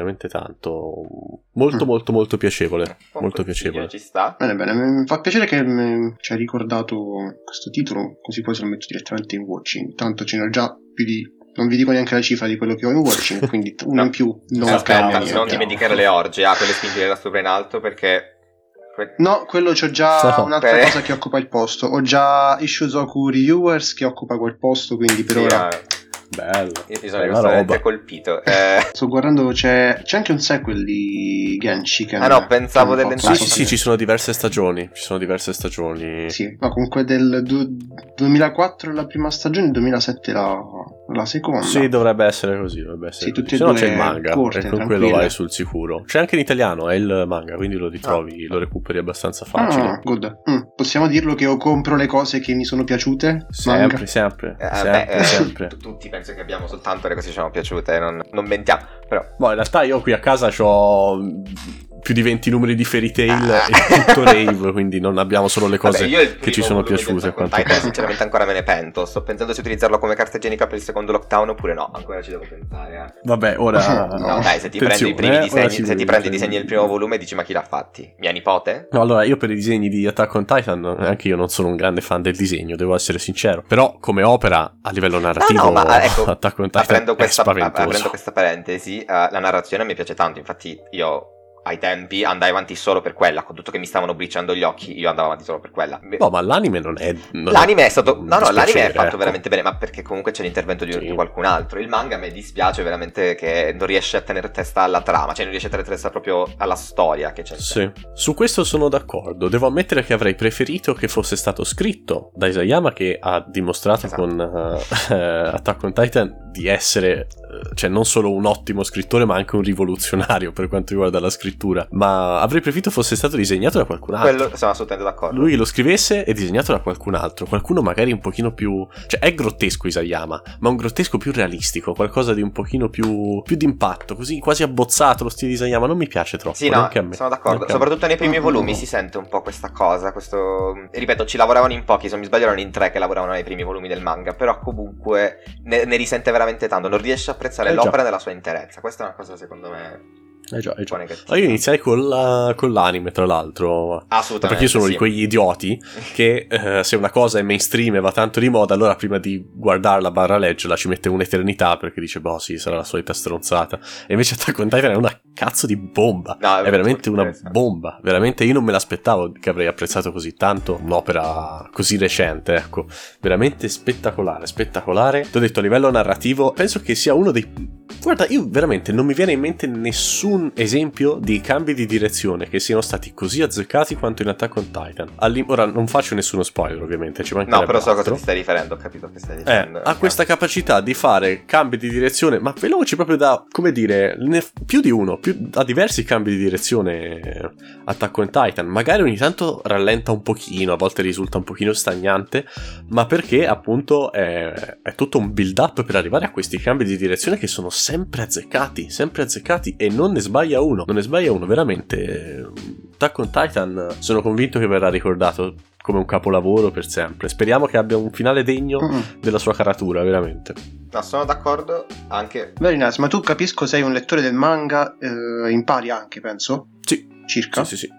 molto molto molto piacevole, molto piacevole. Ci sta. Bene, mi fa piacere che ci hai ricordato questo titolo, così poi se lo metto direttamente in watching. Tanto ce n'ho già più di, non vi dico neanche la cifra di quello che ho in watching, quindi uno in più non cambia niente. Non dimenticare le orge, quelle spingere la sopra in alto, perché no, quello c'ho già un'altra cosa che occupa il posto. Ho già Ishuzoku Reviewers che occupa quel posto, quindi per ora bello. Io mi sono veramente colpito. Sto guardando, c'è anche un sequel di Genshiken. No, pensavo sì, ci sono diverse stagioni. Sì, no, comunque del 2004 la prima stagione, 2007 la seconda. Sì, dovrebbe essere così, sì, tutti se e no due c'è il manga, corte, e con quello vai sul sicuro. C'è anche in italiano, è il manga, quindi lo ritrovi, lo recuperi abbastanza facile. Good. Possiamo dirlo che io compro le cose che mi sono piaciute? Sempre. Tutti penso che abbiamo soltanto le cose che ci sono piaciute, non mentiamo, però. In realtà io qui a casa c'ho più di 20 numeri di Fairy Tail e tutto rave, quindi non abbiamo solo le cose che ci sono piaciute. Sinceramente ancora me ne pento, sto pensando se utilizzarlo come carta igienica per il secondo lockdown oppure no, ancora ci devo pensare. Vabbè, ora no, dai, se ti prendi i primi disegni, se ti prendi i disegni del primo volume dici ma chi l'ha fatti? Mia nipote? No, allora io per i disegni di Attack on Titan anche io non sono un grande fan del disegno, devo essere sincero, però come opera a livello narrativo ma ecco, Attack on Titan è spaventoso. Aprendo questa parentesi, la narrazione mi piace tanto, infatti io ai tempi andai avanti solo per quella, con tutto che mi stavano briciando gli occhi, io andavo avanti solo per quella. No, ma l'anime non è... l'anime è stato... No, l'anime è fatto veramente bene, ma perché comunque c'è l'intervento di qualcun altro. Il manga a me dispiace veramente che non riesce a tenere testa alla trama, cioè non riesce a tenere testa proprio alla storia che c'è. Sì, su questo sono d'accordo. Devo ammettere che avrei preferito che fosse stato scritto da Isayama, che ha dimostrato con Attack on Titan di essere, cioè non solo un ottimo scrittore, ma anche un rivoluzionario per quanto riguarda la scrittura. Ma avrei preferito fosse stato disegnato da qualcun altro. Quello sono assolutamente d'accordo. Lui lo scrivesse e disegnato da qualcun altro, qualcuno magari un pochino più, cioè è grottesco Isayama, ma un grottesco più realistico, qualcosa di un pochino più d'impatto, così quasi abbozzato. Lo stile di Isayama non mi piace troppo. Sì, no, a me. Sono d'accordo. Soprattutto nei primi volumi si sente un po' questa cosa, questo... Ripeto, ci lavoravano in pochi, se non mi sbaglio erano in 3 che lavoravano nei primi volumi del manga, però comunque ne risente veramente tanto, non riesce a apprezzare l'opera nella sua interezza. Questa è una cosa secondo me... Già. Io iniziai con l'anime, tra l'altro. Assolutamente. Perché io sono di quegli idioti che se una cosa è mainstream e va tanto di moda, allora prima di guardarla / leggerla ci mette un'eternità, perché dice sì, sarà la solita stronzata. E invece Attack on Titan è una cazzo di bomba. No, è veramente una bomba. Veramente io non me l'aspettavo che avrei apprezzato così tanto un'opera così recente, ecco. Veramente spettacolare. Ti ho detto, a livello narrativo penso che sia uno dei Guarda, io veramente non mi viene in mente nessun esempio di cambi di direzione che siano stati così azzeccati quanto in Attack on Titan. Ora non faccio nessuno spoiler, ovviamente, ci mancherebbe No, però so a cosa altro. ti stai riferendo, ho capito che stai dicendo. Ha questa capacità di fare cambi di direzione, ma veloci proprio da, come dire, più di uno, da diversi cambi di direzione. Attack on Titan magari ogni tanto rallenta un pochino, a volte risulta un pochino stagnante, ma perché appunto è tutto un build up per arrivare a questi cambi di direzione che sono sempre azzeccati e non ne sbaglia uno, veramente. Attack on Titan sono convinto che verrà ricordato come un capolavoro per sempre. Speriamo che abbia un finale degno della sua caratura, veramente. No, sono d'accordo anche. Very nice, ma tu capisco sei un lettore del manga, impari anche, penso? Sì. Circa? Sì.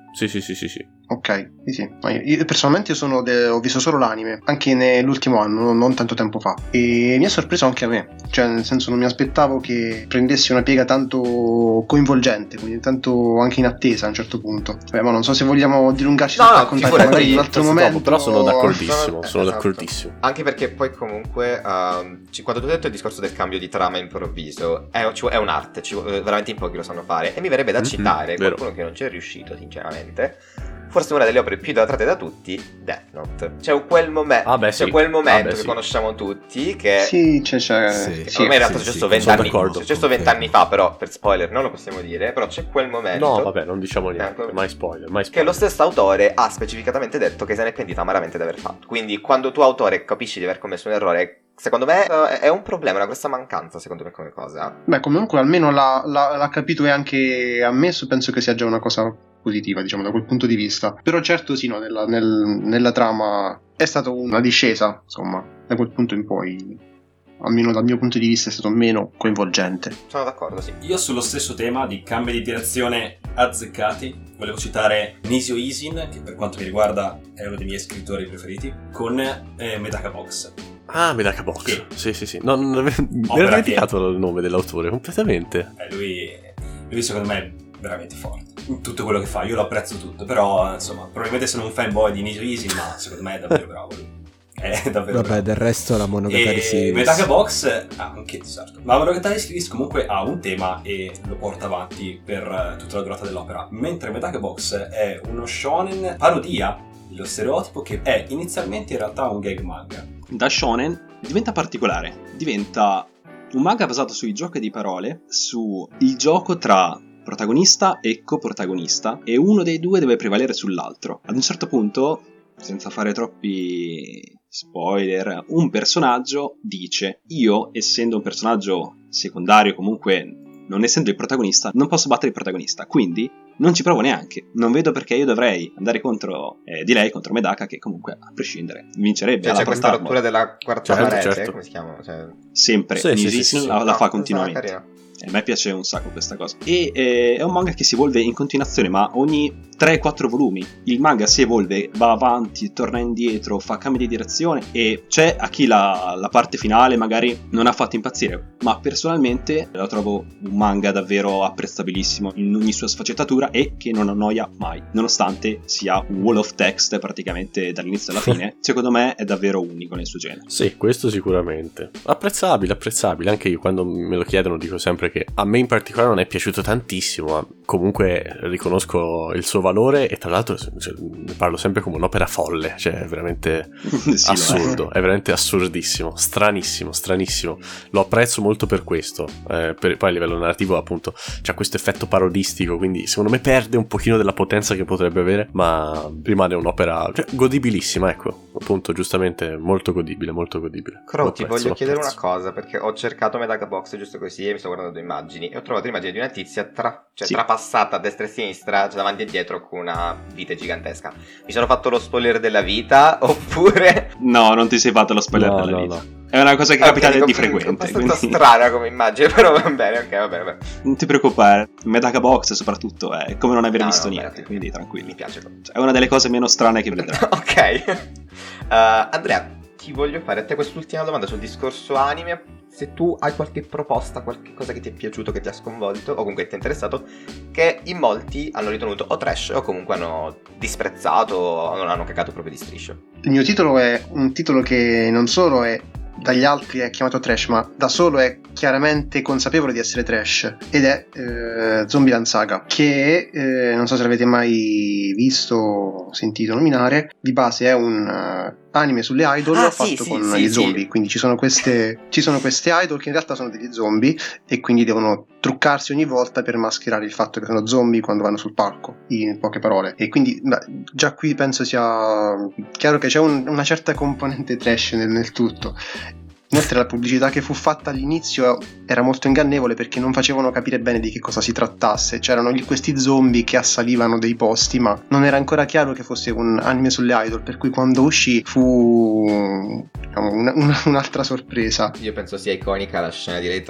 Ok, sì. Ma io personalmente ho visto solo l'anime, anche nell'ultimo anno, non tanto tempo fa, e mi ha sorpreso anche a me, cioè nel senso non mi aspettavo che prendesse una piega tanto coinvolgente, quindi tanto anche in attesa a un certo punto. Beh, ma non so se vogliamo dilungarci su Attack on Titan, magari in un altro momento. Però sono d'accordissimo, d'accordissimo. Anche perché poi comunque quando tu hai detto il discorso del cambio di trama improvviso è un'arte, veramente in pochi lo sanno fare, e mi verrebbe da citare qualcuno che non ci è riuscito sinceramente. Forse una delle opere più idolatrate da tutti, Death Note. C'è quel momento che conosciamo tutti, che sì, c'è. Sì, ormai in realtà è successo 20 anni fa, però per spoiler non lo possiamo dire, però c'è quel momento. No, vabbè, non diciamo niente, mai spoiler. Che lo stesso autore ha specificatamente detto che se ne è pentito amaramente di aver fatto. Quindi quando tu autore capisci di aver commesso un errore, secondo me è un problema, una grossa mancanza secondo me come cosa. Beh, comunque almeno l'ha capito e anche ammesso, penso che sia già una cosa positiva, diciamo, da quel punto di vista. Però certo sì, no, nella trama è stata una discesa, insomma, da quel punto in poi, almeno dal mio punto di vista, è stato meno coinvolgente. Sono d'accordo, sì. Io sullo stesso tema di cambi di direzione azzeccati volevo citare Nisio Isin, che per quanto mi riguarda è uno dei miei scrittori preferiti, con Medaka Box. Ah, Medaka Box. Sì. Non avevo dimenticato il nome dell'autore completamente. Lui secondo me è veramente forte in tutto quello che fa. Io lo apprezzo tutto, però insomma probabilmente sono un fanboy di Nisio Isin, ma secondo me è davvero bravo lui. È davvero bravo. Del resto la Monogatari Series, Medaka Box anche, certo, ma la Monogatari Series comunque ha un tema e lo porta avanti per tutta la durata dell'opera, mentre Medaka Box è uno shonen parodia dello stereotipo che è inizialmente in realtà un gag manga. Da shonen diventa particolare, diventa un manga basato sui giochi di parole, su il gioco tra protagonista e coprotagonista, e uno dei due deve prevalere sull'altro. Ad un certo punto, senza fare troppi spoiler, un personaggio dice: io, essendo un personaggio secondario, comunque non essendo il protagonista, non posso battere il protagonista, quindi non ci provo neanche. Non vedo perché io dovrei andare contro di lei, contro Medaka, che comunque a prescindere vincerebbe. C'è questa rottura della quarta parete, certo. Come si chiama? Sempre, sì. la fa continuamente. A me piace un sacco questa cosa. E è un manga che si evolve in continuazione, ma ogni 3-4 volumi il manga si evolve, va avanti, torna indietro, fa cambi di direzione, e c'è a chi la parte finale magari non ha fatto impazzire, ma personalmente lo trovo un manga davvero apprezzabilissimo in ogni sua sfaccettatura e che non annoia mai, nonostante sia un wall of text praticamente dall'inizio alla fine. Secondo me è davvero unico nel suo genere. Sì, questo sicuramente. Apprezzabile. Anche io quando me lo chiedono dico sempre che a me in particolare non è piaciuto tantissimo, ma comunque riconosco il suo valore, e tra l'altro ne parlo sempre come un'opera folle, cioè è veramente Sì, assurdo, è veramente assurdissimo, stranissimo. Lo apprezzo molto per questo, poi a livello narrativo appunto c'ha questo effetto parodistico, quindi secondo me perde un pochino della potenza che potrebbe avere, ma rimane un'opera godibilissima, ecco, appunto, giustamente molto godibile. Crow, ti voglio chiedere una cosa, perché ho cercato Medaka Box giusto così e mi sto guardando immagini e ho trovato l'immagine di una tizia trapassata a destra e a sinistra, cioè davanti e dietro, con una vite gigantesca. Mi sono fatto lo spoiler della vita oppure No, non ti sei fatto lo spoiler della vita. No. È una cosa che capita di È frequente, abbastanza quindi strana come immagine, però va bene, ok, va bene. non ti preoccupare. Medaka Box soprattutto è come non aver visto niente, ok. quindi tranquilli. Mi piace. Cioè, è una delle cose meno strane che vedrai. Ok. Andrea, ti voglio fare a te quest'ultima domanda sul discorso anime. Se tu hai qualche proposta, qualche cosa che ti è piaciuto, che ti ha sconvolto o comunque ti è interessato, che in molti hanno ritenuto o trash o comunque hanno disprezzato o non hanno cagato proprio di striscio. Il mio titolo è un titolo che non solo è dagli altri è chiamato trash, ma da solo è chiaramente consapevole di essere trash, ed è Zombieland Saga, che non so se l'avete mai visto o sentito nominare. Di base è un anime sulle idol fatto con gli zombie, quindi ci sono queste idol che in realtà sono degli zombie e quindi devono truccarsi ogni volta per mascherare il fatto che sono zombie quando vanno sul palco, in poche parole. E quindi già qui penso sia chiaro che c'è una certa componente trash nel tutto. Inoltre la pubblicità che fu fatta all'inizio era molto ingannevole perché non facevano capire bene di che cosa si trattasse. C'erano questi zombie che assalivano dei posti, ma non era ancora chiaro che fosse un anime sulle idol, per cui quando uscì fu un'altra sorpresa. Io penso sia iconica la scena di lei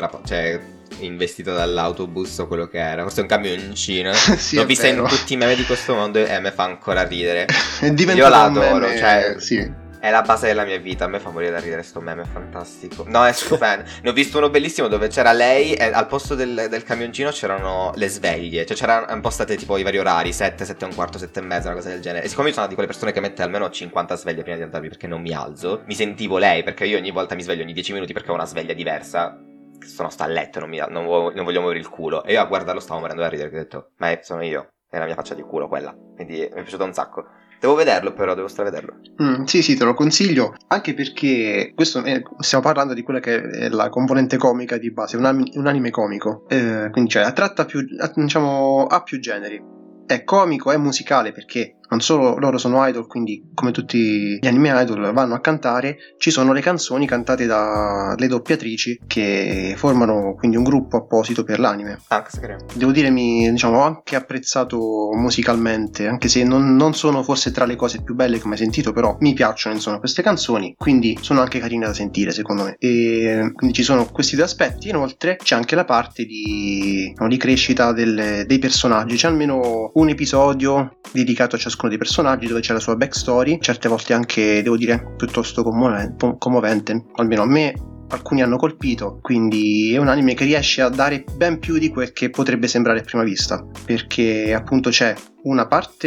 investita dall'autobus o quello che era, forse un camioncino. Sì, l'ho vista in tutti i meme di questo mondo e me fa ancora ridere. Io la adoro, sì. È la base della mia vita, a me fa morire da ridere sto meme, è fantastico. No, è stupendo. Ne ho visto uno bellissimo dove c'era lei e al posto del camioncino c'erano le sveglie. Cioè c'erano impostate tipo i vari orari, 7, 7 e un quarto, 7 e mezza, una cosa del genere. E siccome io sono una di quelle persone che mette almeno 50 sveglie prima di alzarmi perché non mi alzo, mi sentivo lei, perché io ogni volta mi sveglio ogni 10 minuti perché ho una sveglia diversa. Sto a letto e non voglio muovere il culo. E io a guardarlo stavo morendo da ridere, che ho detto, ma sono io, è la mia faccia di culo quella. Quindi mi è piaciuto un sacco. Devo vederlo però, devo stravederlo. Sì, te lo consiglio, anche perché questo stiamo parlando di quella che è la componente comica di base, un anime comico, quindi cioè tratta più, diciamo, ha più generi. È comico, è musicale perché non solo loro sono idol, quindi come tutti gli anime idol vanno a cantare, ci sono le canzoni cantate dalle doppiatrici che formano quindi un gruppo apposito per l'anime. Devo dire, ho anche apprezzato musicalmente, anche se non sono forse tra le cose più belle che ho mai sentito, però mi piacciono insomma queste canzoni, quindi sono anche carine da sentire secondo me. E quindi ci sono questi due aspetti. Inoltre c'è anche la parte di crescita dei personaggi. C'è almeno un episodio dedicato a ciascuno dei personaggi dove c'è la sua backstory, certe volte anche, devo dire, piuttosto commovente, almeno a me alcuni hanno colpito, quindi è un anime che riesce a dare ben più di quel che potrebbe sembrare a prima vista, perché appunto c'è una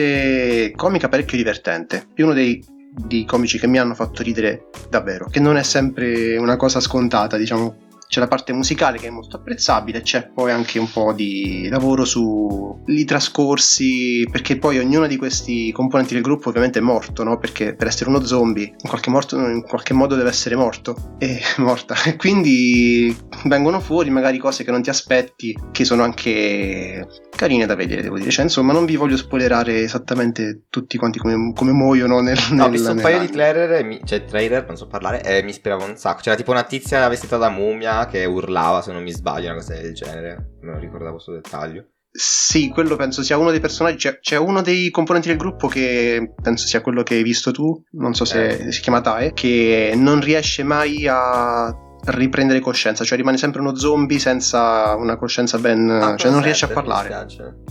parte comica parecchio divertente, è uno dei comici che mi hanno fatto ridere davvero, che non è sempre una cosa scontata, diciamo. C'è la parte musicale che è molto apprezzabile, c'è poi anche un po' di lavoro sui trascorsi, perché poi ognuno di questi componenti del gruppo ovviamente è morto, no? Perché per essere uno zombie in qualche modo deve essere morto e morta, e quindi vengono fuori magari cose che non ti aspetti, che sono anche carine da vedere, devo dire. Cioè, insomma, non vi voglio spoilerare esattamente tutti quanti come muoiono ho visto un paio di trailer, non so parlare, e mi ispirava un sacco. C'era tipo una tizia vestita da mummia che urlava, se non mi sbaglio, una cosa del genere. Non ricordavo questo dettaglio. Sì, quello penso sia uno dei personaggi. C'è uno dei componenti del gruppo che penso sia quello che hai visto tu, non so se si chiama Tae, che non riesce mai a riprendere coscienza, cioè rimane sempre uno zombie senza una coscienza cioè non riesce a parlare,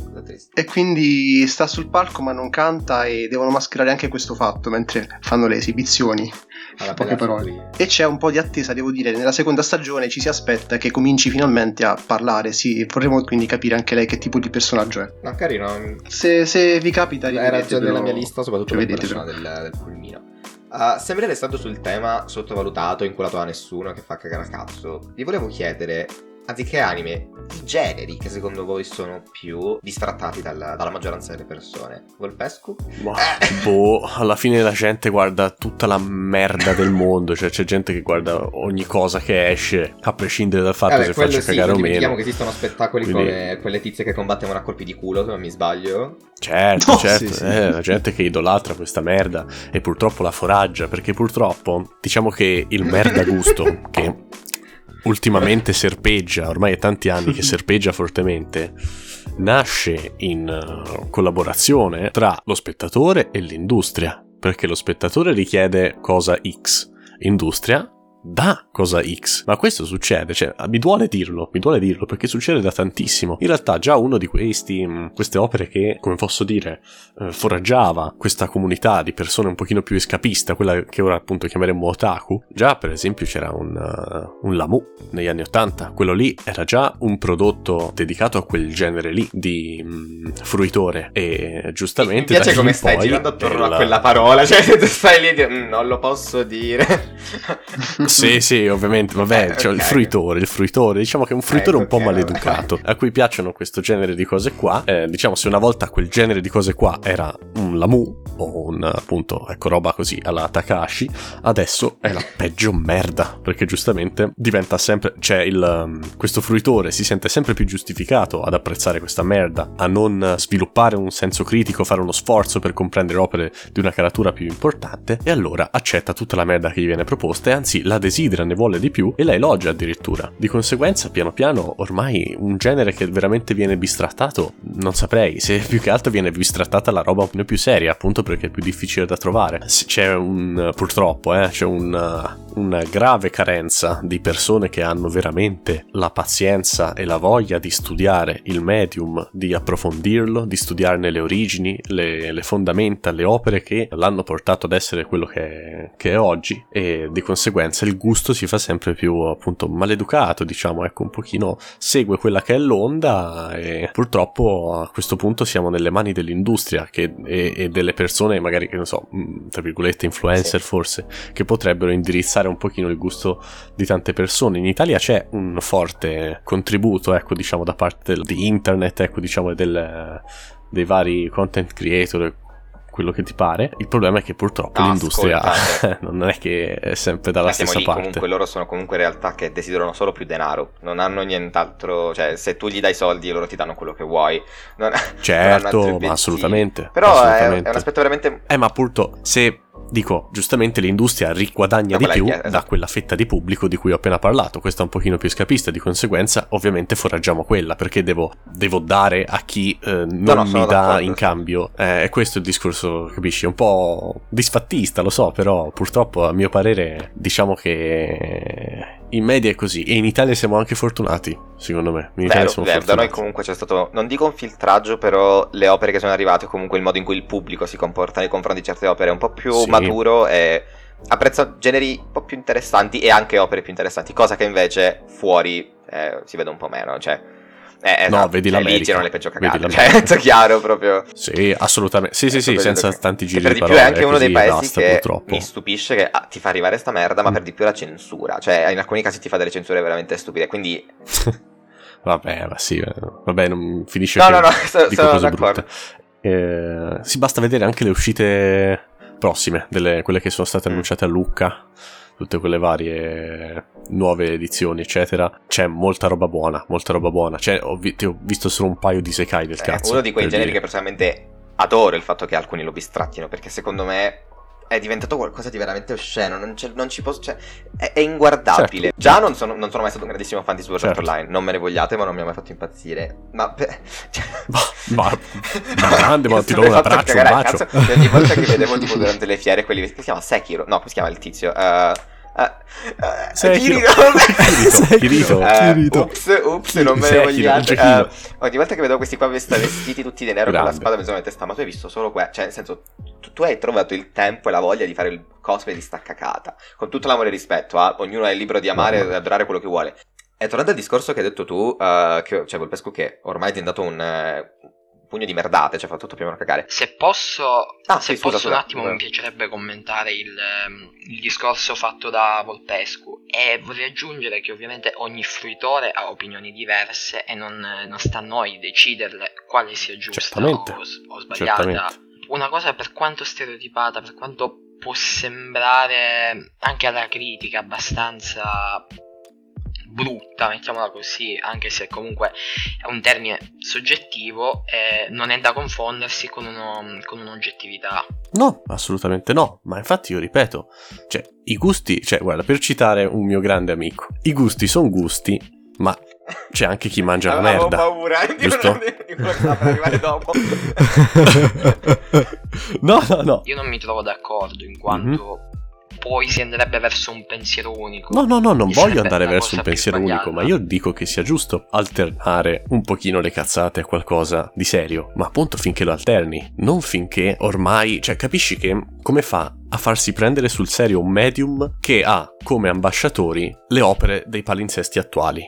e quindi sta sul palco ma non canta, e devono mascherare anche questo fatto mentre fanno le esibizioni, poche parole. E c'è un po' di attesa, devo dire. Nella seconda stagione ci si aspetta che cominci finalmente a parlare, vorremmo quindi capire anche lei che tipo di personaggio è. No, carino. Se vi capita, era già nella mia lista, soprattutto per la scena del pulmino. Sempre restando sul tema sottovalutato, inculato da nessuno, che fa cagare a cazzo, vi volevo chiedere, anziché anime, i generi che secondo voi sono più disfrattati dalla maggioranza delle persone. Volpescu? Alla fine la gente guarda tutta la merda del mondo, cioè c'è gente che guarda ogni cosa che esce, a prescindere dal fatto se faccia cagare o meno. Diciamo che esistono spettacoli come quelle tizie che combattono a colpi di culo, se non mi sbaglio. Certo, la gente che idolatra questa merda e purtroppo la foraggia, perché purtroppo diciamo che il merda gusto che ultimamente serpeggia, ormai è tanti anni che serpeggia fortemente, nasce in collaborazione tra lo spettatore e l'industria, perché lo spettatore richiede cosa X, industria da cosa X. Ma questo succede, cioè mi duole dirlo perché succede da tantissimo. In realtà già uno di queste opere che, come posso dire, foraggiava questa comunità di persone un pochino più escapista, quella che ora appunto chiameremmo otaku. Già per esempio c'era un Lamu negli anni 80, quello lì era già un prodotto dedicato a quel genere lì di fruitore, e giustamente mi piace come stai girando attorno a quella parola, cioè stai lì e non lo posso dire. Sì, ovviamente, vabbè, cioè ok. il fruitore, diciamo che è un fruitore un po' ok, maleducato, a cui piacciono questo genere di cose qua. Diciamo, se una volta quel genere di cose qua era un Lamu o un, appunto, ecco, roba così alla Takahashi, adesso è la peggio merda, perché giustamente diventa sempre, cioè questo fruitore si sente sempre più giustificato ad apprezzare questa merda, a non sviluppare un senso critico, fare uno sforzo per comprendere opere di una caratura più importante, e allora accetta tutta la merda che gli viene proposta, e anzi la desidera, ne vuole di più e la elogia addirittura. Di conseguenza, piano piano, ormai un genere che veramente viene bistrattato, non saprei, se più che altro viene bistrattata la roba un po' più seria, appunto perché è più difficile da trovare. C'è purtroppo, c'è una grave carenza di persone che hanno veramente la pazienza e la voglia di studiare il medium, di approfondirlo, di studiarne le origini, le fondamenta, le opere che l'hanno portato ad essere quello che è oggi, e di conseguenza il gusto si fa sempre più, appunto, maleducato, diciamo, ecco, un pochino segue quella che è l'onda, e purtroppo a questo punto siamo nelle mani dell'industria e delle persone, magari, che non so, tra virgolette influencer, sì, forse, che potrebbero indirizzare un pochino il gusto di tante persone. In Italia c'è un forte contributo, ecco, diciamo, da parte di internet, ecco, diciamo, dei vari content creator, quello che ti pare. Il problema è che purtroppo l'industria non è che è sempre dalla stessa parte. Comunque loro sono comunque realtà che desiderano solo più denaro, non hanno nient'altro, cioè se tu gli dai soldi loro ti danno quello che vuoi. Certo, ma assolutamente. Però assolutamente. È un aspetto veramente... ma appunto, se... Dico, giustamente l'industria riguadagna di più da quella fetta di pubblico di cui ho appena parlato. Questa è un pochino più escapista, di conseguenza ovviamente foraggiamo quella, perché devo dare a chi non mi dà in cambio. È questo il discorso, capisci? È un po' disfattista, lo so, però purtroppo a mio parere diciamo che in media è così, e in Italia siamo anche fortunati, secondo me. In Italia siamo fortunati. Da noi comunque c'è stato, non dico un filtraggio, però le opere che sono arrivate, comunque il modo in cui il pubblico si comporta nei confronti di certe opere è un po' più maturo e apprezza generi un po' più interessanti e anche opere più interessanti, cosa che invece fuori si vede un po' meno, cioè... esatto. No, vedi l'America. Lì girano le peggio cagate, cioè, è chiaro proprio. Sì, assolutamente. Sì, senza tanti giri per di di più parole. è anche uno dei paesi basta, che purtroppo mi stupisce che ti fa arrivare sta merda, ma per di più la censura. Cioè, in alcuni casi ti fa delle censure veramente stupide, quindi... Vabbè, ma sì, vabbè, non finisce No, dico sono cose d'accordo. brutte. Sì, basta vedere anche le uscite prossime, quelle che sono state annunciate a Lucca, tutte quelle varie nuove edizioni, eccetera. C'è molta roba buona. Cioè, ho visto solo un paio di Sekai del cazzo. Uno di quei generi che personalmente adoro il fatto che alcuni lo bistrattino, perché secondo me è diventato qualcosa di veramente osceno, non ci posso, cioè, è inguardabile. Certo. Già non sono mai stato un grandissimo fan di Sword Art Certo. Online, non me ne vogliate, ma non mi ha mai fatto impazzire. Ma grande, ma ti do un abbraccio, un bacio. Cazzo, ogni volta che vedevo tipo durante le fiere quelli che si chiama Sekiro, no, come si chiama il tizio? Kirito. Ups, non me ne vogliate. Ogni volta che vedo questi qua vestiti tutti di nero con la spada, mi sono detto, ma tu hai visto solo qua? Cioè, nel senso, tu hai trovato il tempo e la voglia di fare il cosplay di Staccacata, con tutto l'amore e rispetto, ognuno ha il libero di amare e adorare quello che vuole. E tornando al discorso che hai detto tu, cioè Volpescu, che ormai è diventato un pugno di merdate, cioè fa tutto più o meno cagare. Se posso, scusa, un attimo, mi piacerebbe commentare il discorso fatto da Volpescu, e vorrei aggiungere che ovviamente ogni fruitore ha opinioni diverse e non sta a noi deciderle quale sia giusta o sbagliata. Certamente. Una cosa, per quanto stereotipata, per quanto può sembrare anche alla critica abbastanza brutta, mettiamola così, anche se comunque è un termine soggettivo, non è da confondersi con un'oggettività. No, assolutamente no, ma infatti io ripeto, cioè i gusti, cioè guarda, per citare un mio grande amico, i gusti sono gusti, ma c'è anche chi mangia la merda. Avevo paura, giusto? Per arrivare dopo. No. Io non mi trovo d'accordo, in quanto poi si andrebbe verso un pensiero unico. No, non voglio andare verso un pensiero unico, ma io dico che sia giusto alternare un pochino le cazzate a qualcosa di serio, ma appunto finché lo alterni, non finché ormai, cioè capisci che come fa a farsi prendere sul serio un medium che ha come ambasciatori le opere dei palinsesti attuali?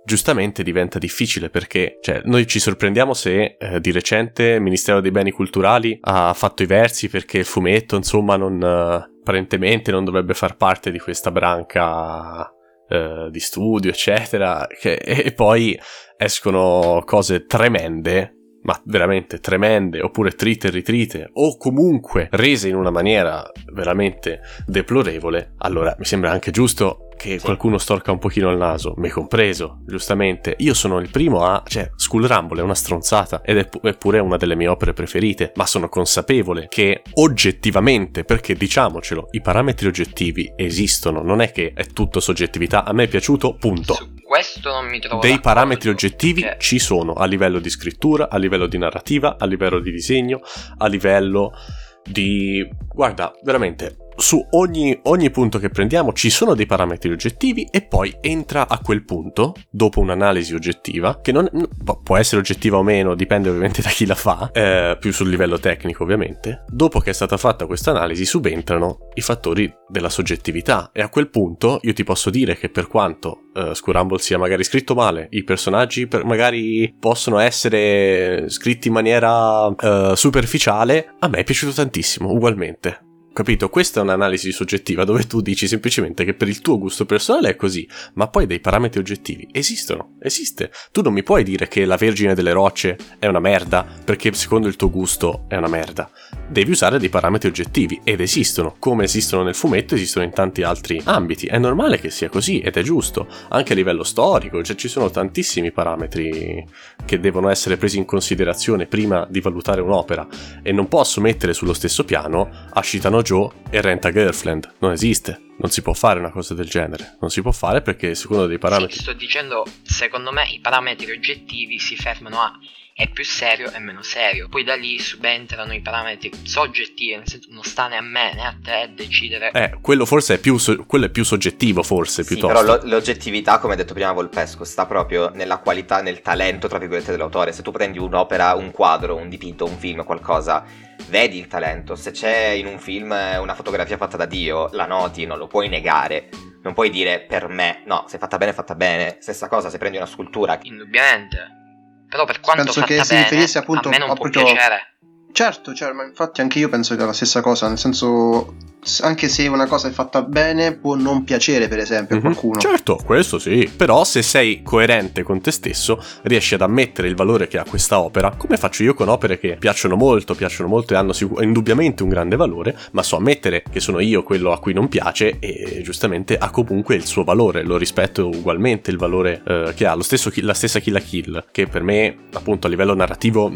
giustamente diventa difficile, perché cioè, noi ci sorprendiamo se di recente il Ministero dei Beni Culturali ha fatto i versi perché il fumetto, insomma, non apparentemente non dovrebbe far parte di questa branca di studio, eccetera, e poi escono cose tremende, ma veramente tremende, oppure trite e ritrite, o comunque rese in una maniera veramente deplorevole. Allora mi sembra anche giusto che qualcuno storca un pochino il naso, me compreso, giustamente. Io sono il primo cioè, School Rumble è una stronzata ed è pure una delle mie opere preferite, ma sono consapevole che oggettivamente, perché diciamocelo, i parametri oggettivi esistono, non è che è tutto soggettività. A me è piaciuto, punto. Su questo non mi trovo Dei d'accordo, parametri oggettivi perché ci sono a livello di scrittura, a livello di narrativa, a livello di disegno, a livello di... guarda, veramente... su ogni punto che prendiamo ci sono dei parametri oggettivi, e poi entra a quel punto, dopo un'analisi oggettiva, che non può essere oggettiva o meno, dipende ovviamente da chi la fa, più sul livello tecnico ovviamente. Dopo che è stata fatta questa analisi subentrano i fattori della soggettività, e a quel punto io ti posso dire che per quanto School Rumble sia magari scritto male, i personaggi magari possono essere scritti in maniera superficiale, a me è piaciuto tantissimo ugualmente. Capito? Questa è un'analisi soggettiva dove tu dici semplicemente che per il tuo gusto personale è così, ma poi dei parametri oggettivi esiste. Tu non mi puoi dire che La Vergine delle Rocce è una merda perché secondo il tuo gusto è una merda. Devi usare dei parametri oggettivi, ed esistono, come esistono nel fumetto, esistono in tanti altri ambiti. È normale che sia così ed è giusto, anche a livello storico, cioè ci sono tantissimi parametri che devono essere presi in considerazione prima di valutare un'opera, e non posso mettere sullo stesso piano Ashitano Joe e Rent a Girlfriend. Non esiste, non si può fare una cosa del genere, non si può fare perché secondo dei parametri... Sì, sto dicendo, secondo me i parametri oggettivi si fermano a è più serio e meno serio, poi da lì subentrano i parametri soggettivi, nel senso non sta né a me né a te decidere. Quello forse è più quello è più soggettivo, forse, sì, piuttosto. Però l'oggettività, come ha detto prima Volpesco, sta proprio nella qualità, nel talento tra virgolette dell'autore. Se tu prendi un'opera, un quadro, un dipinto, un film, qualcosa, vedi il talento. Se c'è in un film una fotografia fatta da Dio, la noti, non lo puoi negare. Non puoi dire per me, no, se è fatta bene. Stessa cosa se prendi una scultura. Indubbiamente. Però per quanto penso fatta che si bene, riferisse appunto a me non può proprio... piacere. Certo, ma infatti anche io penso che è la stessa cosa, nel senso, anche se una cosa è fatta bene può non piacere, per esempio, a qualcuno. Certo, questo sì, però se sei coerente con te stesso riesci ad ammettere il valore che ha questa opera, come faccio io con opere che piacciono molto e hanno indubbiamente un grande valore, ma so ammettere che sono io quello a cui non piace, e giustamente ha comunque il suo valore, lo rispetto ugualmente il valore che ha. La stessa Kill la Kill, che per me appunto a livello narrativo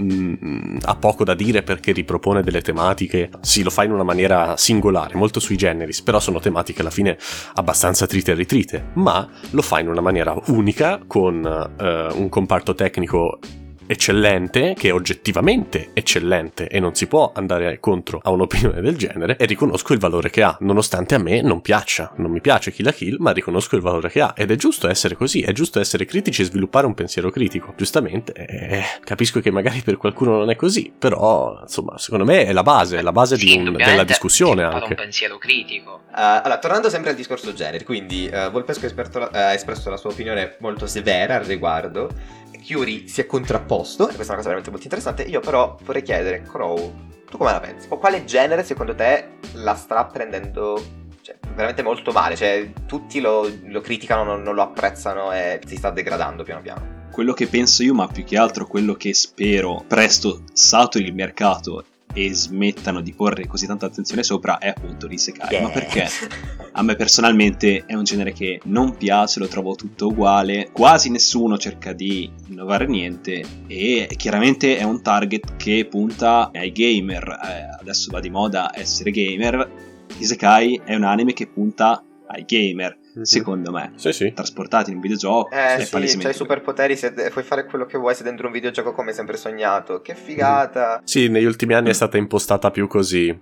ha poco da dire perché ripropone delle tematiche, sì, lo fa in una maniera singolare, molto sui generis, però sono tematiche alla fine abbastanza trite e ritrite, ma lo fa in una maniera unica, con un comparto tecnico eccellente, che è oggettivamente eccellente e non si può andare contro a un'opinione del genere, e riconosco il valore che ha, nonostante a me non mi piace Kill la Kill, ma riconosco il valore che ha, ed è giusto essere così, è giusto essere critici e sviluppare un pensiero critico, giustamente. Capisco che magari per qualcuno non è così, però insomma secondo me è la base della discussione anche. Un pensiero critico. Allora, tornando sempre al discorso genere, quindi Volpesco ha espresso la sua opinione molto severa al riguardo. Chiuri si è contrapposto, e questa è una cosa veramente molto interessante. Io però vorrei chiedere, Crow, tu come la pensi? Quale genere secondo te la sta prendendo, cioè, veramente molto male? Cioè, tutti lo criticano, non lo apprezzano e si sta degradando piano piano. Quello che penso io, ma più che altro quello che spero presto saturi il mercato e smettano di porre così tanta attenzione sopra, è appunto l'isekai. Yeah. Ma perché? A me personalmente è un genere che non piace, lo trovo tutto uguale, quasi nessuno cerca di innovare niente, e chiaramente è un target che punta ai gamer. Adesso va di moda essere gamer. Isekai è un anime che punta ai gamer, secondo me. Sì. Trasportati in un videogioco, è sì, palesemente c'hai superpoteri, puoi fare quello che vuoi, sei dentro un videogioco come hai sempre sognato. Che figata! Sì, negli ultimi anni è stata impostata più così.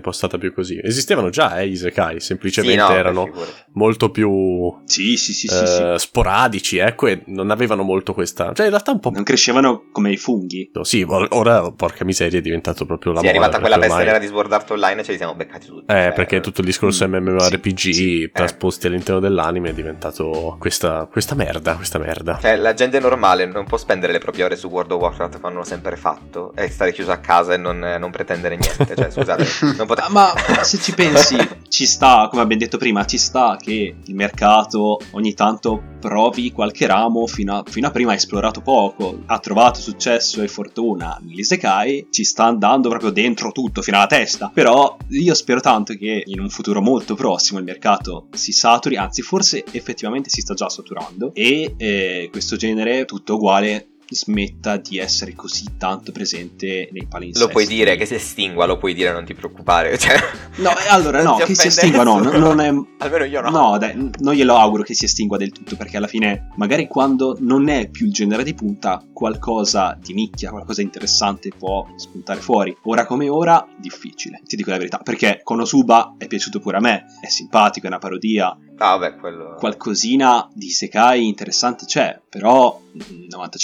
Esistevano già Isekai, semplicemente erano molto più sì. sporadici, ecco, e non avevano molto questa, cioè in realtà un po'... non crescevano come i funghi. Sì, ora porca miseria è diventato proprio la moda. È arrivata quella peste nera ormai... di Sword Art Online e ce li siamo beccati tutti. Perché tutto il discorso MMORPG trasposti all'interno dell'anime è diventato questa merda. Cioè, la gente normale non può spendere le proprie ore su World of Warcraft quando hanno sempre fatto e stare chiuso a casa e non pretendere niente. Cioè, scusate, non ma se ci pensi, ci sta, come abbiamo detto prima, ci sta che il mercato ogni tanto provi qualche ramo. Fino a prima ha esplorato poco, ha trovato successo e fortuna nell'isekai, ci sta andando proprio dentro tutto, fino alla testa. Però io spero tanto che in un futuro molto prossimo il mercato si saturi, anzi forse effettivamente si sta già saturando, e questo genere tutto uguale smetta di essere così tanto presente nei palinsesti. Lo puoi dire che si estingua, lo puoi dire, non ti preoccupare. Cioè, no, allora no, che si estingua no, non è... Almeno io no. No, dai, non glielo auguro che si estingua del tutto, perché alla fine magari quando non è più il genere di punta, qualcosa di nicchia, qualcosa interessante può spuntare fuori. Ora come ora, difficile, ti dico la verità, perché Konosuba è piaciuto pure a me, è simpatico, è una parodia. Ah, vabbè, quello... Qualcosina di isekai interessante c'è, però il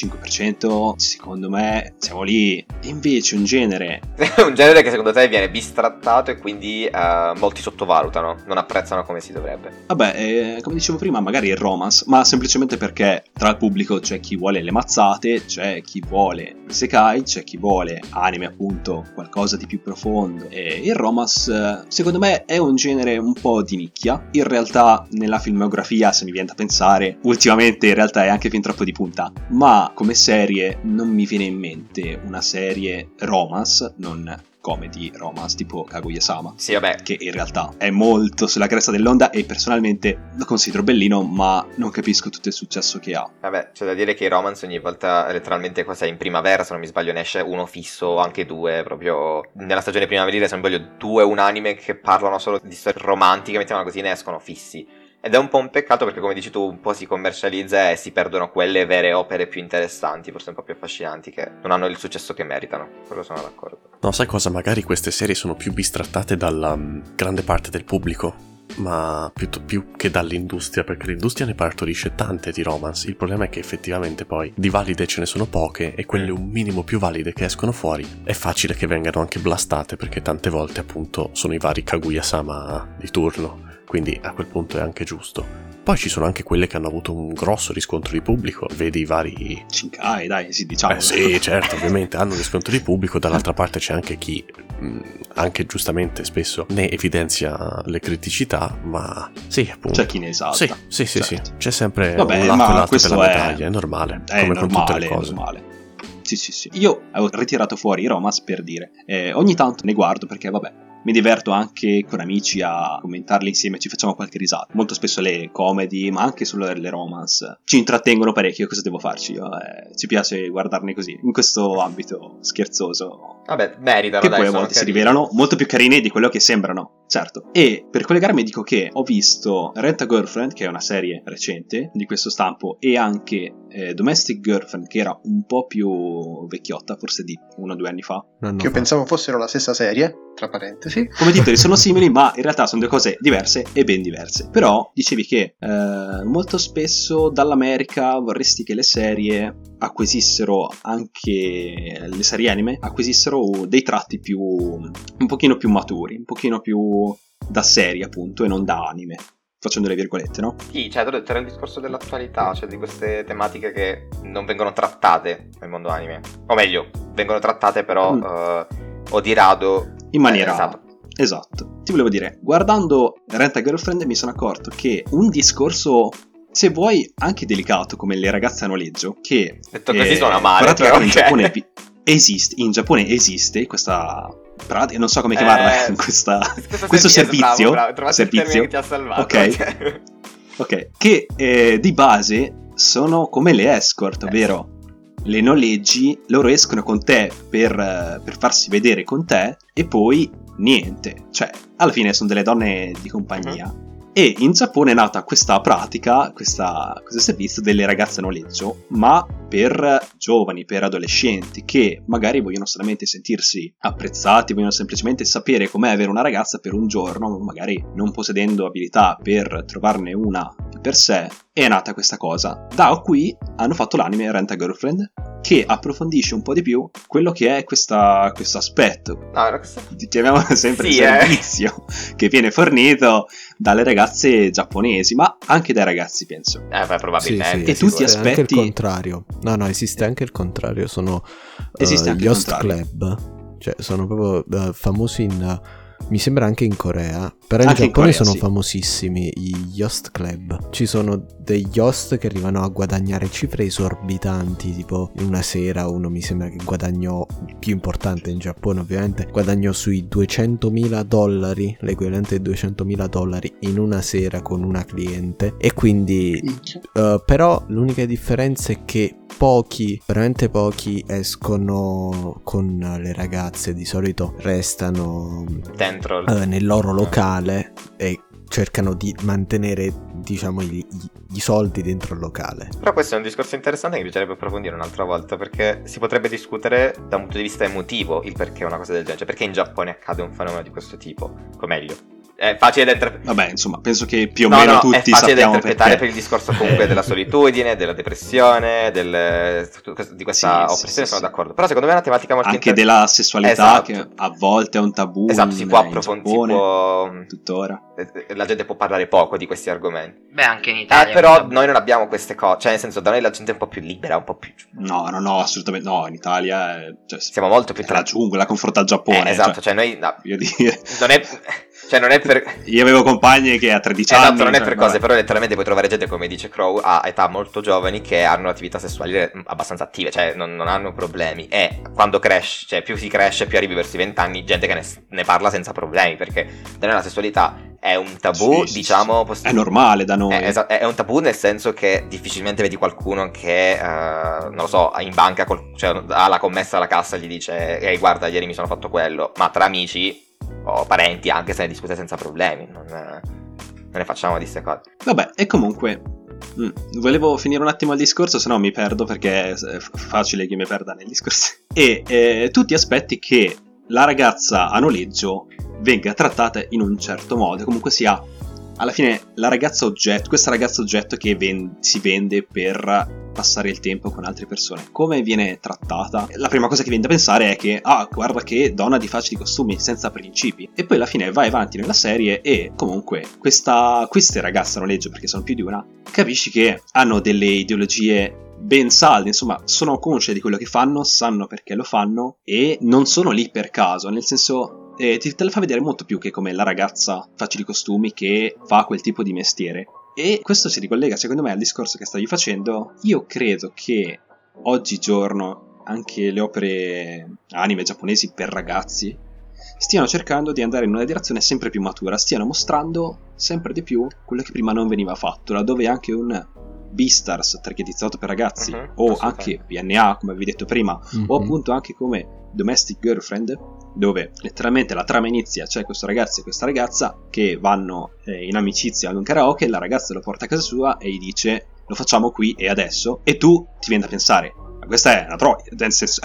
95% secondo me siamo lì. E invece un genere che secondo te viene bistrattato e quindi molti sottovalutano, non apprezzano come si dovrebbe. Vabbè, come dicevo prima, magari il romance, ma semplicemente perché tra il pubblico c'è chi vuole le mazzate, c'è chi vuole isekai, c'è chi vuole anime, appunto, qualcosa di più profondo. E il romance secondo me è un genere un po' di nicchia. In realtà nella filmografia, se mi viene da pensare, ultimamente in realtà è anche fin troppo di punta, ma come serie non mi viene in mente una serie romance, non comedy romance tipo Kaguya-sama. Sì, vabbè. Che in realtà è molto sulla cresta dell'onda e personalmente lo considero bellino, ma non capisco tutto il successo che ha. Vabbè, c'è da dire che i romance ogni volta, letteralmente, cosa in primavera, se non mi sbaglio, ne esce uno fisso o anche due, proprio nella stagione primaverile, se non mi sbaglio, 2 unanime che parlano solo di storie romantiche, mettiamola così, ne escono fissi. Ed è un po' un peccato perché, come dici tu, un po' si commercializza e si perdono quelle vere opere più interessanti, forse un po' più affascinanti, che non hanno il successo che meritano. Quello sono d'accordo. No, sai cosa? Magari queste serie sono più bistrattate dalla grande parte del pubblico, ma più che dall'industria, perché l'industria ne partorisce tante di romance. Il problema è che effettivamente poi di valide ce ne sono poche, e quelle un minimo più valide che escono fuori è facile che vengano anche blastate, perché tante volte appunto sono i vari Kaguya-sama di turno. Quindi a quel punto è anche giusto. Poi ci sono anche quelle che hanno avuto un grosso riscontro di pubblico, vedi i vari... Shinkai, dai, sì, diciamo. Sì, certo, ovviamente hanno un riscontro di pubblico, dall'altra parte c'è anche chi, anche giustamente spesso, ne evidenzia le criticità, ma sì, appunto. C'è chi ne esalta. Sì, certo. sì, c'è sempre Vabbè, un lato e l'altro della è medaglia, è normale, come normale, con tutte le cose. È normale. Sì. Io ho ritirato fuori i romance per dire, ogni tanto ne guardo perché, vabbè, mi diverto anche con amici a commentarli insieme, ci facciamo qualche risata. Molto spesso le comedy, ma anche solo le romance, ci intrattengono parecchio. Cosa devo farci io? Ci piace guardarne così, in questo ambito scherzoso. Vabbè, meritano, che dai, poi a volte si rivelano molto più carini di quello che sembrano, certo. E per collegarmi dico che ho visto Rent a Girlfriend, che è una serie recente di questo stampo, e anche Domestic Girlfriend, che era un po' più vecchiotta, forse di 1 o 2 anni fa. Che io pensavo fossero la stessa serie, tra parentesi. Come titoli sono simili, ma in realtà sono 2 cose diverse e ben diverse. Però dicevi che molto spesso dall'America vorresti che le serie acquisissero, anche le serie anime, acquisissero dei tratti più, un pochino più maturi, un pochino più da serie, appunto, e non da anime, facendo le virgolette, no? Sì, cioè c'era il discorso dell'attualità, cioè di queste tematiche che non vengono trattate nel mondo anime, o meglio, vengono trattate però o di rado, in maniera esatto. Ti volevo dire, guardando Rent a Girlfriend mi sono accorto che un discorso, se vuoi, anche delicato, come le ragazze a noleggio, che detto così suona male, però, in Giappone esiste questa pratica, non so come chiamarla, questo servizio, bravo, servizio che ti ha salvato. Ok, che di base sono come le escort, ovvero le noleggi, loro escono con te per farsi vedere con te e poi niente, cioè alla fine sono delle donne di compagnia. E in Giappone è nata questa pratica, questo servizio delle ragazze a noleggio, ma per giovani, per adolescenti, che magari vogliono solamente sentirsi apprezzati, vogliono semplicemente sapere com'è avere una ragazza per un giorno, magari non possedendo abilità per trovarne una per sé. E è nata questa cosa. Da qui hanno fatto l'anime Rent a Girlfriend, che approfondisce un po' di più quello che è questo aspetto, chiamiamolo sempre servizio, che viene fornito dalle ragazze giapponesi, ma anche dai ragazzi, penso. Beh, probabilmente. E tutti aspetti... anche il contrario. No, esiste anche il contrario. Sono esiste anche gli host il contrario. club. Cioè, sono proprio famosi in... mi sembra anche in Corea. Però in Anche in Giappone Corea, sono sì. famosissimi gli host club. Ci sono degli host che arrivano a guadagnare cifre esorbitanti. Tipo in una sera uno mi sembra che guadagnò, più importante in Giappone ovviamente, guadagnò sui $200.000, l'equivalente di $200.000 in una sera con una cliente. E quindi però l'unica differenza è che pochi, veramente pochi escono con le ragazze. Di solito restano dentro nel loro locale e cercano di mantenere, diciamo, i soldi dentro il locale. Però questo è un discorso interessante che bisognerebbe approfondire un'altra volta, perché si potrebbe discutere da un punto di vista emotivo il perché una cosa del genere, cioè perché in Giappone accade un fenomeno di questo tipo, o meglio, è facile da interpretare. Vabbè, insomma, penso che più o meno tutti è facile da sappiamo interpretare perché. per il discorso comunque della solitudine, della depressione, di questa oppressione, sono d'accordo. Però secondo me è una tematica molto anche della sessualità, esatto, che a volte è un tabù. Esatto, si può in approfondire, Giappone, tuttora. La gente può parlare poco di questi argomenti. Beh, anche in Italia. Però noi non abbiamo queste cose, cioè nel senso, da noi la gente è un po' più libera, un po' più... No, assolutamente no, in Italia cioè, siamo molto più la giungla confronto al Giappone. Esatto, cioè noi... No, voglio dire... non è per... Io avevo compagni che a 13 esatto, anni... non è per cose, però letteralmente puoi trovare gente, come dice Crow, a età molto giovani che hanno attività sessuali abbastanza attive, cioè non hanno problemi. E quando cresce, cioè più si cresce, più arrivi verso i 20 anni, gente che ne parla senza problemi, perché da noi la sessualità è un tabù, diciamo... È normale da noi. È un tabù nel senso che difficilmente vedi qualcuno che, non lo so, in banca, cioè ha la commessa alla cassa e gli dice ehi guarda ieri mi sono fatto quello, ma tra amici o parenti anche se ne discute senza problemi, non ne facciamo di queste cose. Vabbè, e comunque volevo finire un attimo il discorso, se no mi perdo, perché è facile che mi perda nei discorsi. E tutti aspetti che la ragazza a noleggio venga trattata in un certo modo, comunque sia alla fine la ragazza oggetto, questa ragazza oggetto che si vende per passare il tempo con altre persone, come viene trattata? La prima cosa che viene da pensare è che guarda che donna di facili costumi, senza principi. E poi alla fine vai avanti nella serie e comunque queste ragazze a noleggio, perché sono più di una, capisci che hanno delle ideologie ben salde, insomma sono consce di quello che fanno, sanno perché lo fanno e non sono lì per caso, nel senso te la fa vedere molto più che come la ragazza facili costumi che fa quel tipo di mestiere. E questo si ricollega secondo me al discorso che stavi facendo. Io credo che oggigiorno anche le opere anime giapponesi per ragazzi stiano cercando di andare in una direzione sempre più matura, stiano mostrando sempre di più quello che prima non veniva fatto, laddove anche un Beastars targetizzato per ragazzi o anche PNA come vi detto prima o appunto anche come Domestic Girlfriend, dove letteralmente la trama inizia, c'è questo ragazzo e questa ragazza che vanno in amicizia ad un karaoke, la ragazza lo porta a casa sua e gli dice lo facciamo qui e adesso, e tu ti vieni da pensare ma questa è una troia, nel senso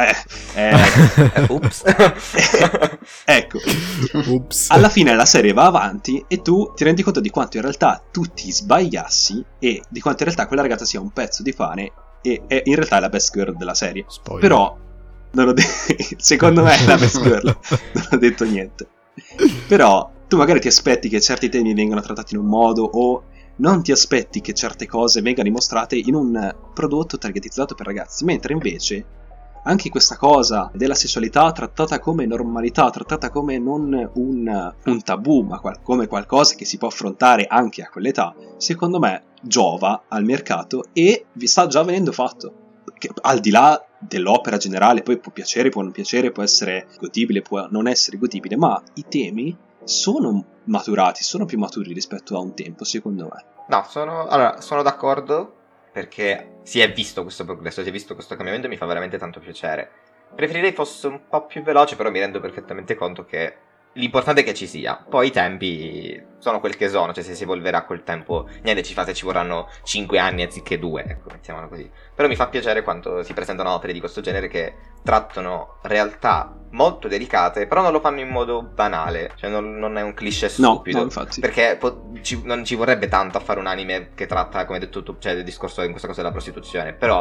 Ups. ecco, Ups. alla fine la serie va avanti e tu ti rendi conto di quanto in realtà tu ti sbagliassi e di quanto in realtà quella ragazza sia un pezzo di pane e in realtà è la best girl della serie. Spoiler. Però secondo me è la best girl, non ho detto niente. Però tu magari ti aspetti che certi temi vengano trattati in un modo o non ti aspetti che certe cose vengano dimostrate in un prodotto targetizzato per ragazzi, mentre invece anche questa cosa della sessualità trattata come normalità, trattata come non un tabù, ma come qualcosa che si può affrontare anche a quell'età, secondo me giova al mercato e vi sta già venendo fatto. Che, al di là dell'opera generale, poi può piacere, può non piacere, può essere godibile, può non essere godibile, ma i temi sono maturati, sono più maturi rispetto a un tempo, secondo me. No, sono d'accordo, perché si è visto questo progresso, si è visto questo cambiamento e mi fa veramente tanto piacere. Preferirei fosse un po' più veloce, però mi rendo perfettamente conto che l'importante è che ci sia. Poi i tempi sono quel che sono, cioè se si evolverà col tempo, niente ci fa se ci vorranno 5 anni anziché 2, ecco, mettiamola così. Però mi fa piacere quando si presentano opere di questo genere che trattano realtà molto delicate, però non lo fanno in modo banale, cioè non è un cliché stupido. No, infatti. Perché non ci vorrebbe tanto a fare un anime che tratta, come hai detto tu, cioè il discorso in questa cosa della prostituzione, però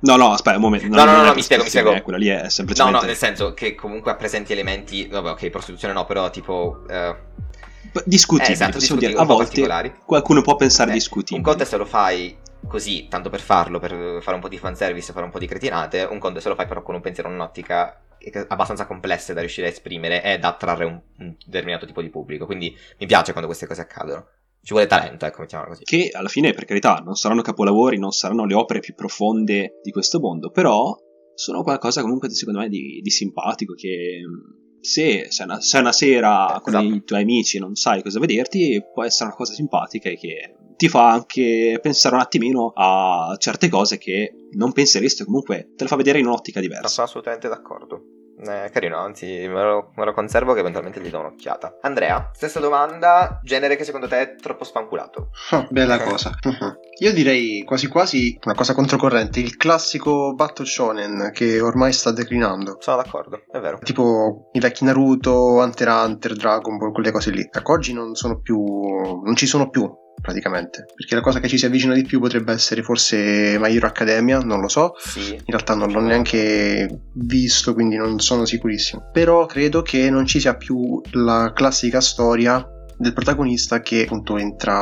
No, aspetta un momento. No, mi spiego. Quella lì è semplicemente... No, nel senso che comunque ha presenti elementi... Vabbè, ok, prostituzione no, però tipo... discutibili, esatto, possiamo dire. un A po' volte particolari. qualcuno può pensare discutibili. Un conto è se lo fai così, tanto per farlo, per fare un po' di fanservice, fare un po' di cretinate. Un conto è se lo fai però con un pensiero, un'ottica abbastanza complesse da riuscire a esprimere e da attrarre un determinato tipo di pubblico. Quindi mi piace quando queste cose accadono. Ci vuole talento, ecco, mettiamola così. Che alla fine, per carità, non saranno capolavori, non saranno le opere più profonde di questo mondo, però sono qualcosa comunque secondo me di simpatico, che se una sera con esatto. i tuoi amici non sai cosa vederti, può essere una cosa simpatica e che ti fa anche pensare un attimino a certe cose che non penseresti, comunque te le fa vedere in un'ottica diversa. Sono assolutamente d'accordo. Carino, anzi me lo conservo che eventualmente gli do un'occhiata. Andrea, stessa domanda, genere che secondo te è troppo spanculato? Bella cosa. Io direi quasi quasi una cosa controcorrente, il classico Battle Shonen che ormai sta declinando. Sono d'accordo, è vero. Tipo i vecchi Naruto, Hunter x Hunter, Dragon Ball, quelle cose lì. Ecco, oggi non ci sono più praticamente, perché la cosa che ci si avvicina di più potrebbe essere forse My Hero Academia, non lo so. Sì. In realtà non l'ho neanche visto, quindi non sono sicurissimo. Però credo che non ci sia più la classica storia del protagonista che appunto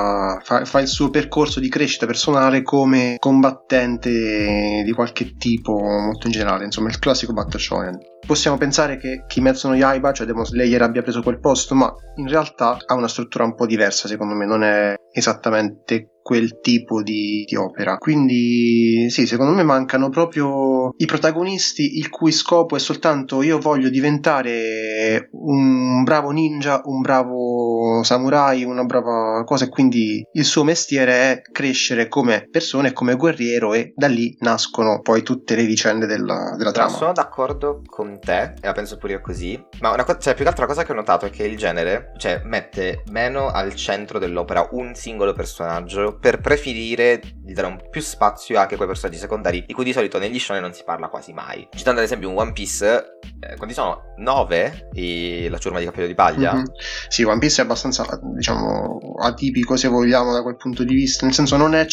fa il suo percorso di crescita personale come combattente di qualche tipo molto in generale, insomma il classico Battle Shonen. Possiamo pensare che Kimetsu no Yaiba, cioè Demon Slayer, abbia preso quel posto, ma in realtà ha una struttura un po' diversa, secondo me, non è esattamente quel tipo di opera. Quindi sì, secondo me mancano proprio i protagonisti il cui scopo è soltanto io voglio diventare un bravo ninja, un bravo samurai, una brava cosa, e quindi il suo mestiere è crescere come persona e come guerriero, e da lì nascono poi tutte le vicende della trama. Sono d'accordo con te, e la penso pure io così, ma cioè, più che altro la cosa che ho notato è che il genere, cioè, mette meno al centro dell'opera un singolo personaggio per preferire di dare un più spazio anche a quei personaggi secondari di cui di solito negli shonen non si parla quasi mai. Citando ad esempio un One Piece, quanti sono? 9? La ciurma di capello di paglia? Mm-hmm. Sì, One Piece è abbastanza, diciamo, atipico se vogliamo da quel punto di vista, nel senso non è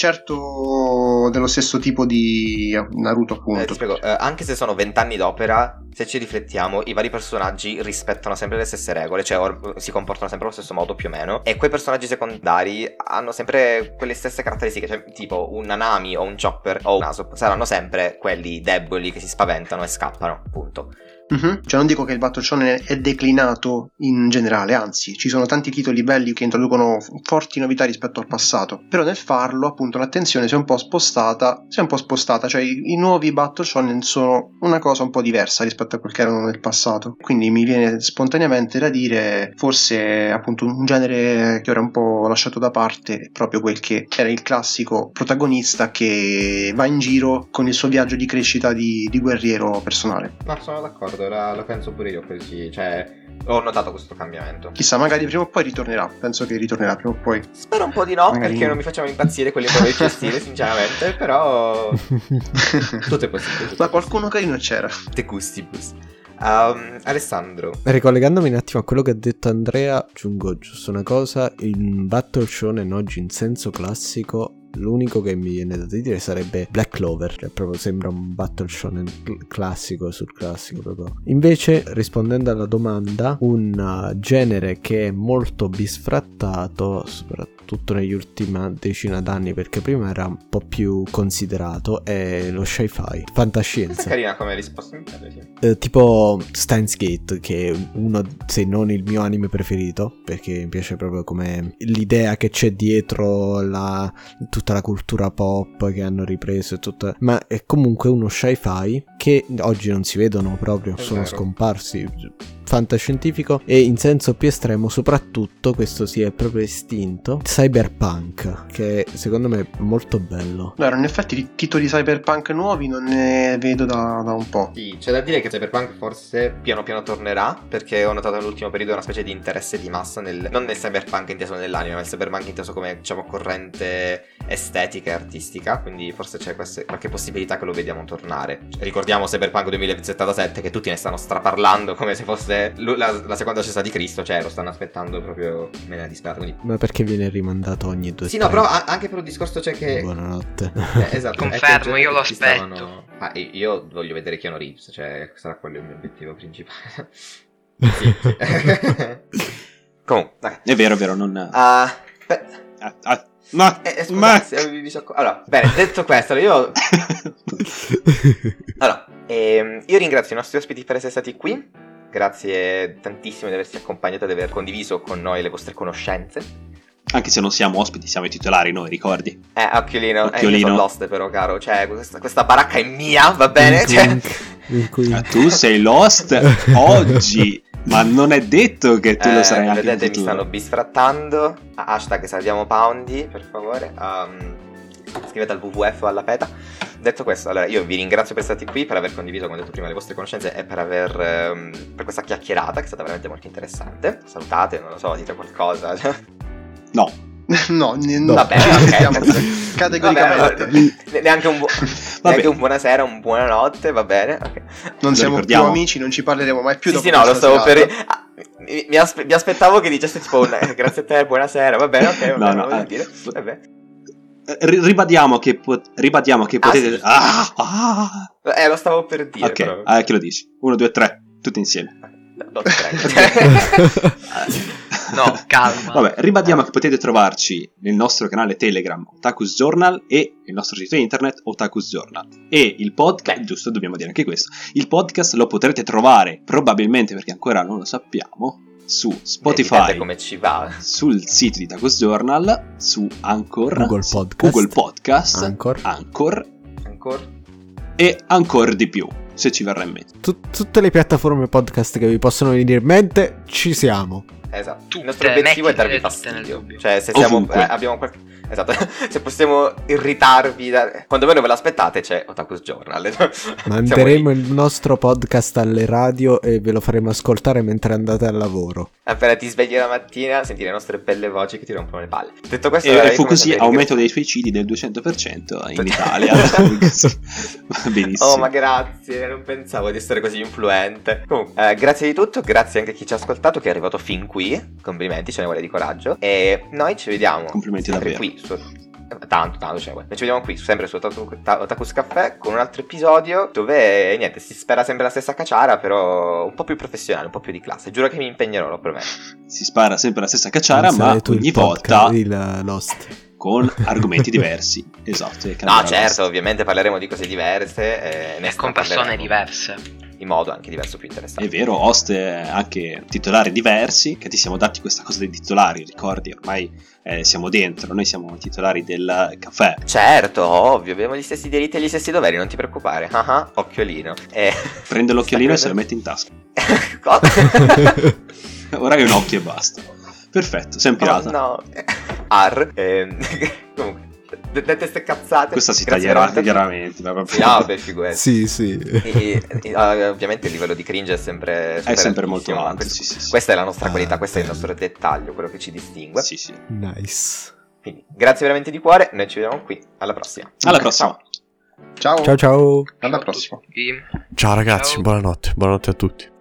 certo dello stesso tipo di Naruto, appunto. Ti spiego, anche se sono 20 anni d'opera, se ci riflettiamo, i vari personaggi rispettano sempre le stesse regole, cioè si comportano sempre allo stesso modo più o meno, e quei personaggi secondari hanno sempre quelle stesse caratteristiche, cioè tipo un Nanami o un Chopper o un Usopp saranno sempre quelli deboli che si spaventano e scappano, appunto. Mm-hmm. Cioè non dico che il Battle Shonen è declinato in generale, anzi ci sono tanti titoli belli che introducono forti novità rispetto al passato, però nel farlo appunto l'attenzione si è un po' spostata, cioè i nuovi Battle Shonen sono una cosa un po' diversa rispetto a quel che erano nel passato, quindi mi viene spontaneamente da dire forse appunto un genere che ora è un po' lasciato da parte è proprio quel che era il classico protagonista che va in giro con il suo viaggio di crescita di guerriero personale. Ma sono d'accordo, lo penso pure io così, cioè ho notato questo cambiamento. Chissà, magari prima o poi ritornerà, penso che ritornerà prima o poi. Spero un po' di no, magari perché non mi facciamo impazzire quelli che vecchio stile, sinceramente, però tutto è possibile. Ma qualcuno carino c'era. De gustibus. Alessandro, ricollegandomi un attimo a quello che ha detto Andrea, aggiungo giusto una cosa: in Battle Shonen oggi in senso classico l'unico che mi viene da dire sarebbe Black Clover, cioè proprio sembra un Battle Shonen classico sul classico proprio. Invece, rispondendo alla domanda, un genere che è molto bisfrattato soprattutto negli ultimi decina d'anni, perché prima era un po' più considerato, è lo sci-fi, fantascienza. questa è carina come risposta, mi piace, sì. Tipo Steins Gate, che è uno, se non il mio anime preferito, perché mi piace proprio come l'idea che c'è dietro tutta la cultura pop che hanno ripreso e tutto, ma è comunque uno sci-fi che oggi non si vedono proprio, sono scomparsi. Fantascientifico e in senso più estremo, soprattutto questo si è proprio estinto, cyberpunk, che secondo me è molto bello. Allora, in effetti di titoli cyberpunk nuovi non ne vedo da un po'. Sì, c'è da dire che cyberpunk forse piano piano tornerà, perché ho notato nell'ultimo periodo una specie di interesse di massa non nel cyberpunk inteso nell'anime, ma il cyberpunk inteso come, diciamo, corrente estetica e artistica, quindi forse c'è qualche possibilità che lo vediamo tornare. Ricordiamo Cyberpunk 2077 che tutti ne stanno straparlando come se fosse la seconda ascesa di Cristo, cioè lo stanno aspettando proprio in maniera disperata. Quindi... Ma perché viene rimandato ogni 2 Sì, no, però anche per un discorso c'è che... Buonanotte. Esatto. Confermo, io lo tutti aspetto. Io voglio vedere Keanu Reeves, cioè sarà quello il mio obiettivo principale. Sì. Comunque, dai. È vero, non... Allora, bene, detto questo, io ringrazio i nostri ospiti per essere stati qui. Grazie tantissimo di averci accompagnato e di aver condiviso con noi le vostre conoscenze. Anche se non siamo ospiti, siamo i titolari noi, ricordi? Occhiolino. Io sono lost però, caro. Cioè, questa baracca è mia, va bene? Tu sei lost oggi, ma non è detto che tu lo sarai anche vedete, in mi futuro. stanno bisfrattando. Hashtag salviamo Poundy, per favore. Scrivete al WWF o alla PETA. Detto questo, allora io vi ringrazio per essere stati qui, per aver condiviso, come ho detto prima, le vostre conoscenze e per questa chiacchierata che è stata veramente molto interessante. Salutate, non lo so, dite qualcosa. No. No, vabbè, ok. Categoricamente. Vabbè, neanche un buonasera, un buonanotte, va bene. Okay. Non siamo ricordiamo. più amici, non ci parleremo mai più. Sì, dopo no, lo questa stavo per... serata. mi aspettavo che dicesse tipo grazie a te, buonasera, va bene, ok, No, voglio dire. Vabbè. Ribadiamo che potete... Sì. Lo stavo per dire. Ok, chi lo dici? 1, 2, 3, tutti insieme. No, prego. No, calma. Vabbè, ribadiamo che potete trovarci nel nostro canale Telegram Otakus Journal e il nostro sito internet Otakus Journal. E il podcast, giusto, dobbiamo dire anche questo, il podcast lo potrete trovare probabilmente, perché ancora non lo sappiamo, su Spotify, come ci va, sul sito di Otakus Journal, su Anchor, Google Podcast, Anchor e ancora di più, se ci verrà in mente. Tutte le piattaforme podcast che vi possono venire in mente, ci siamo. Esatto. Il nostro obiettivo è darvi fastidio. Cioè, se abbiamo esatto. Se possiamo irritarvi quando voi non ve l'aspettate, c'è Otakus Journal. Manderemo il nostro podcast alle radio e ve lo faremo ascoltare mentre andate al lavoro. Appena ti svegli la mattina, sentire le nostre belle voci che ti rompono le palle. Detto questo, e fu così aumento dei suicidi del 200% in Italia. Benissimo. Oh, ma grazie, non pensavo di essere così influente. Comunque, grazie di tutto, grazie anche a chi ci ha ascoltato, che è arrivato fin qui. Complimenti, ce ne vuole di coraggio. E noi ci vediamo. Complimenti sempre davvero. Qui tanto ce ne vuole. Noi ci vediamo qui sempre su Otakus Caffè con un altro episodio dove niente, si spera sempre la stessa cacciara, però un po' più professionale, un po' più di classe. Giuro che mi impegnerò, lo prometto. Si spara sempre la stessa cacciara, ma ogni volta il Lost con argomenti diversi. Esatto. No, certo, ovviamente parleremo di cose diverse e con persone diverse. In modo anche diverso, più interessante. È vero, host anche titolari diversi, che ti siamo dati questa cosa dei titolari, ricordi? Ormai siamo dentro, noi siamo i titolari del caffè. Certo, ovvio, abbiamo gli stessi diritti e gli stessi doveri, non ti preoccupare. Occhiolino. Prende l'occhiolino e se lo mette in tasca. Ora hai un occhio e basta. Perfetto, sei un pirata. No. Comunque. Dette ste cazzate. Questa si taglierà chiaramente. No, per figurati. Sì. E ovviamente il livello di cringe è sempre molto alto. Questa è la nostra qualità, questo è il nostro dettaglio, quello che ci distingue. Sì. Nice. Quindi, grazie veramente di cuore. Noi ci vediamo qui. Alla prossima. Alla prossima. Ciao. Ciao. Alla prossima. Ciao ragazzi, buonanotte a tutti.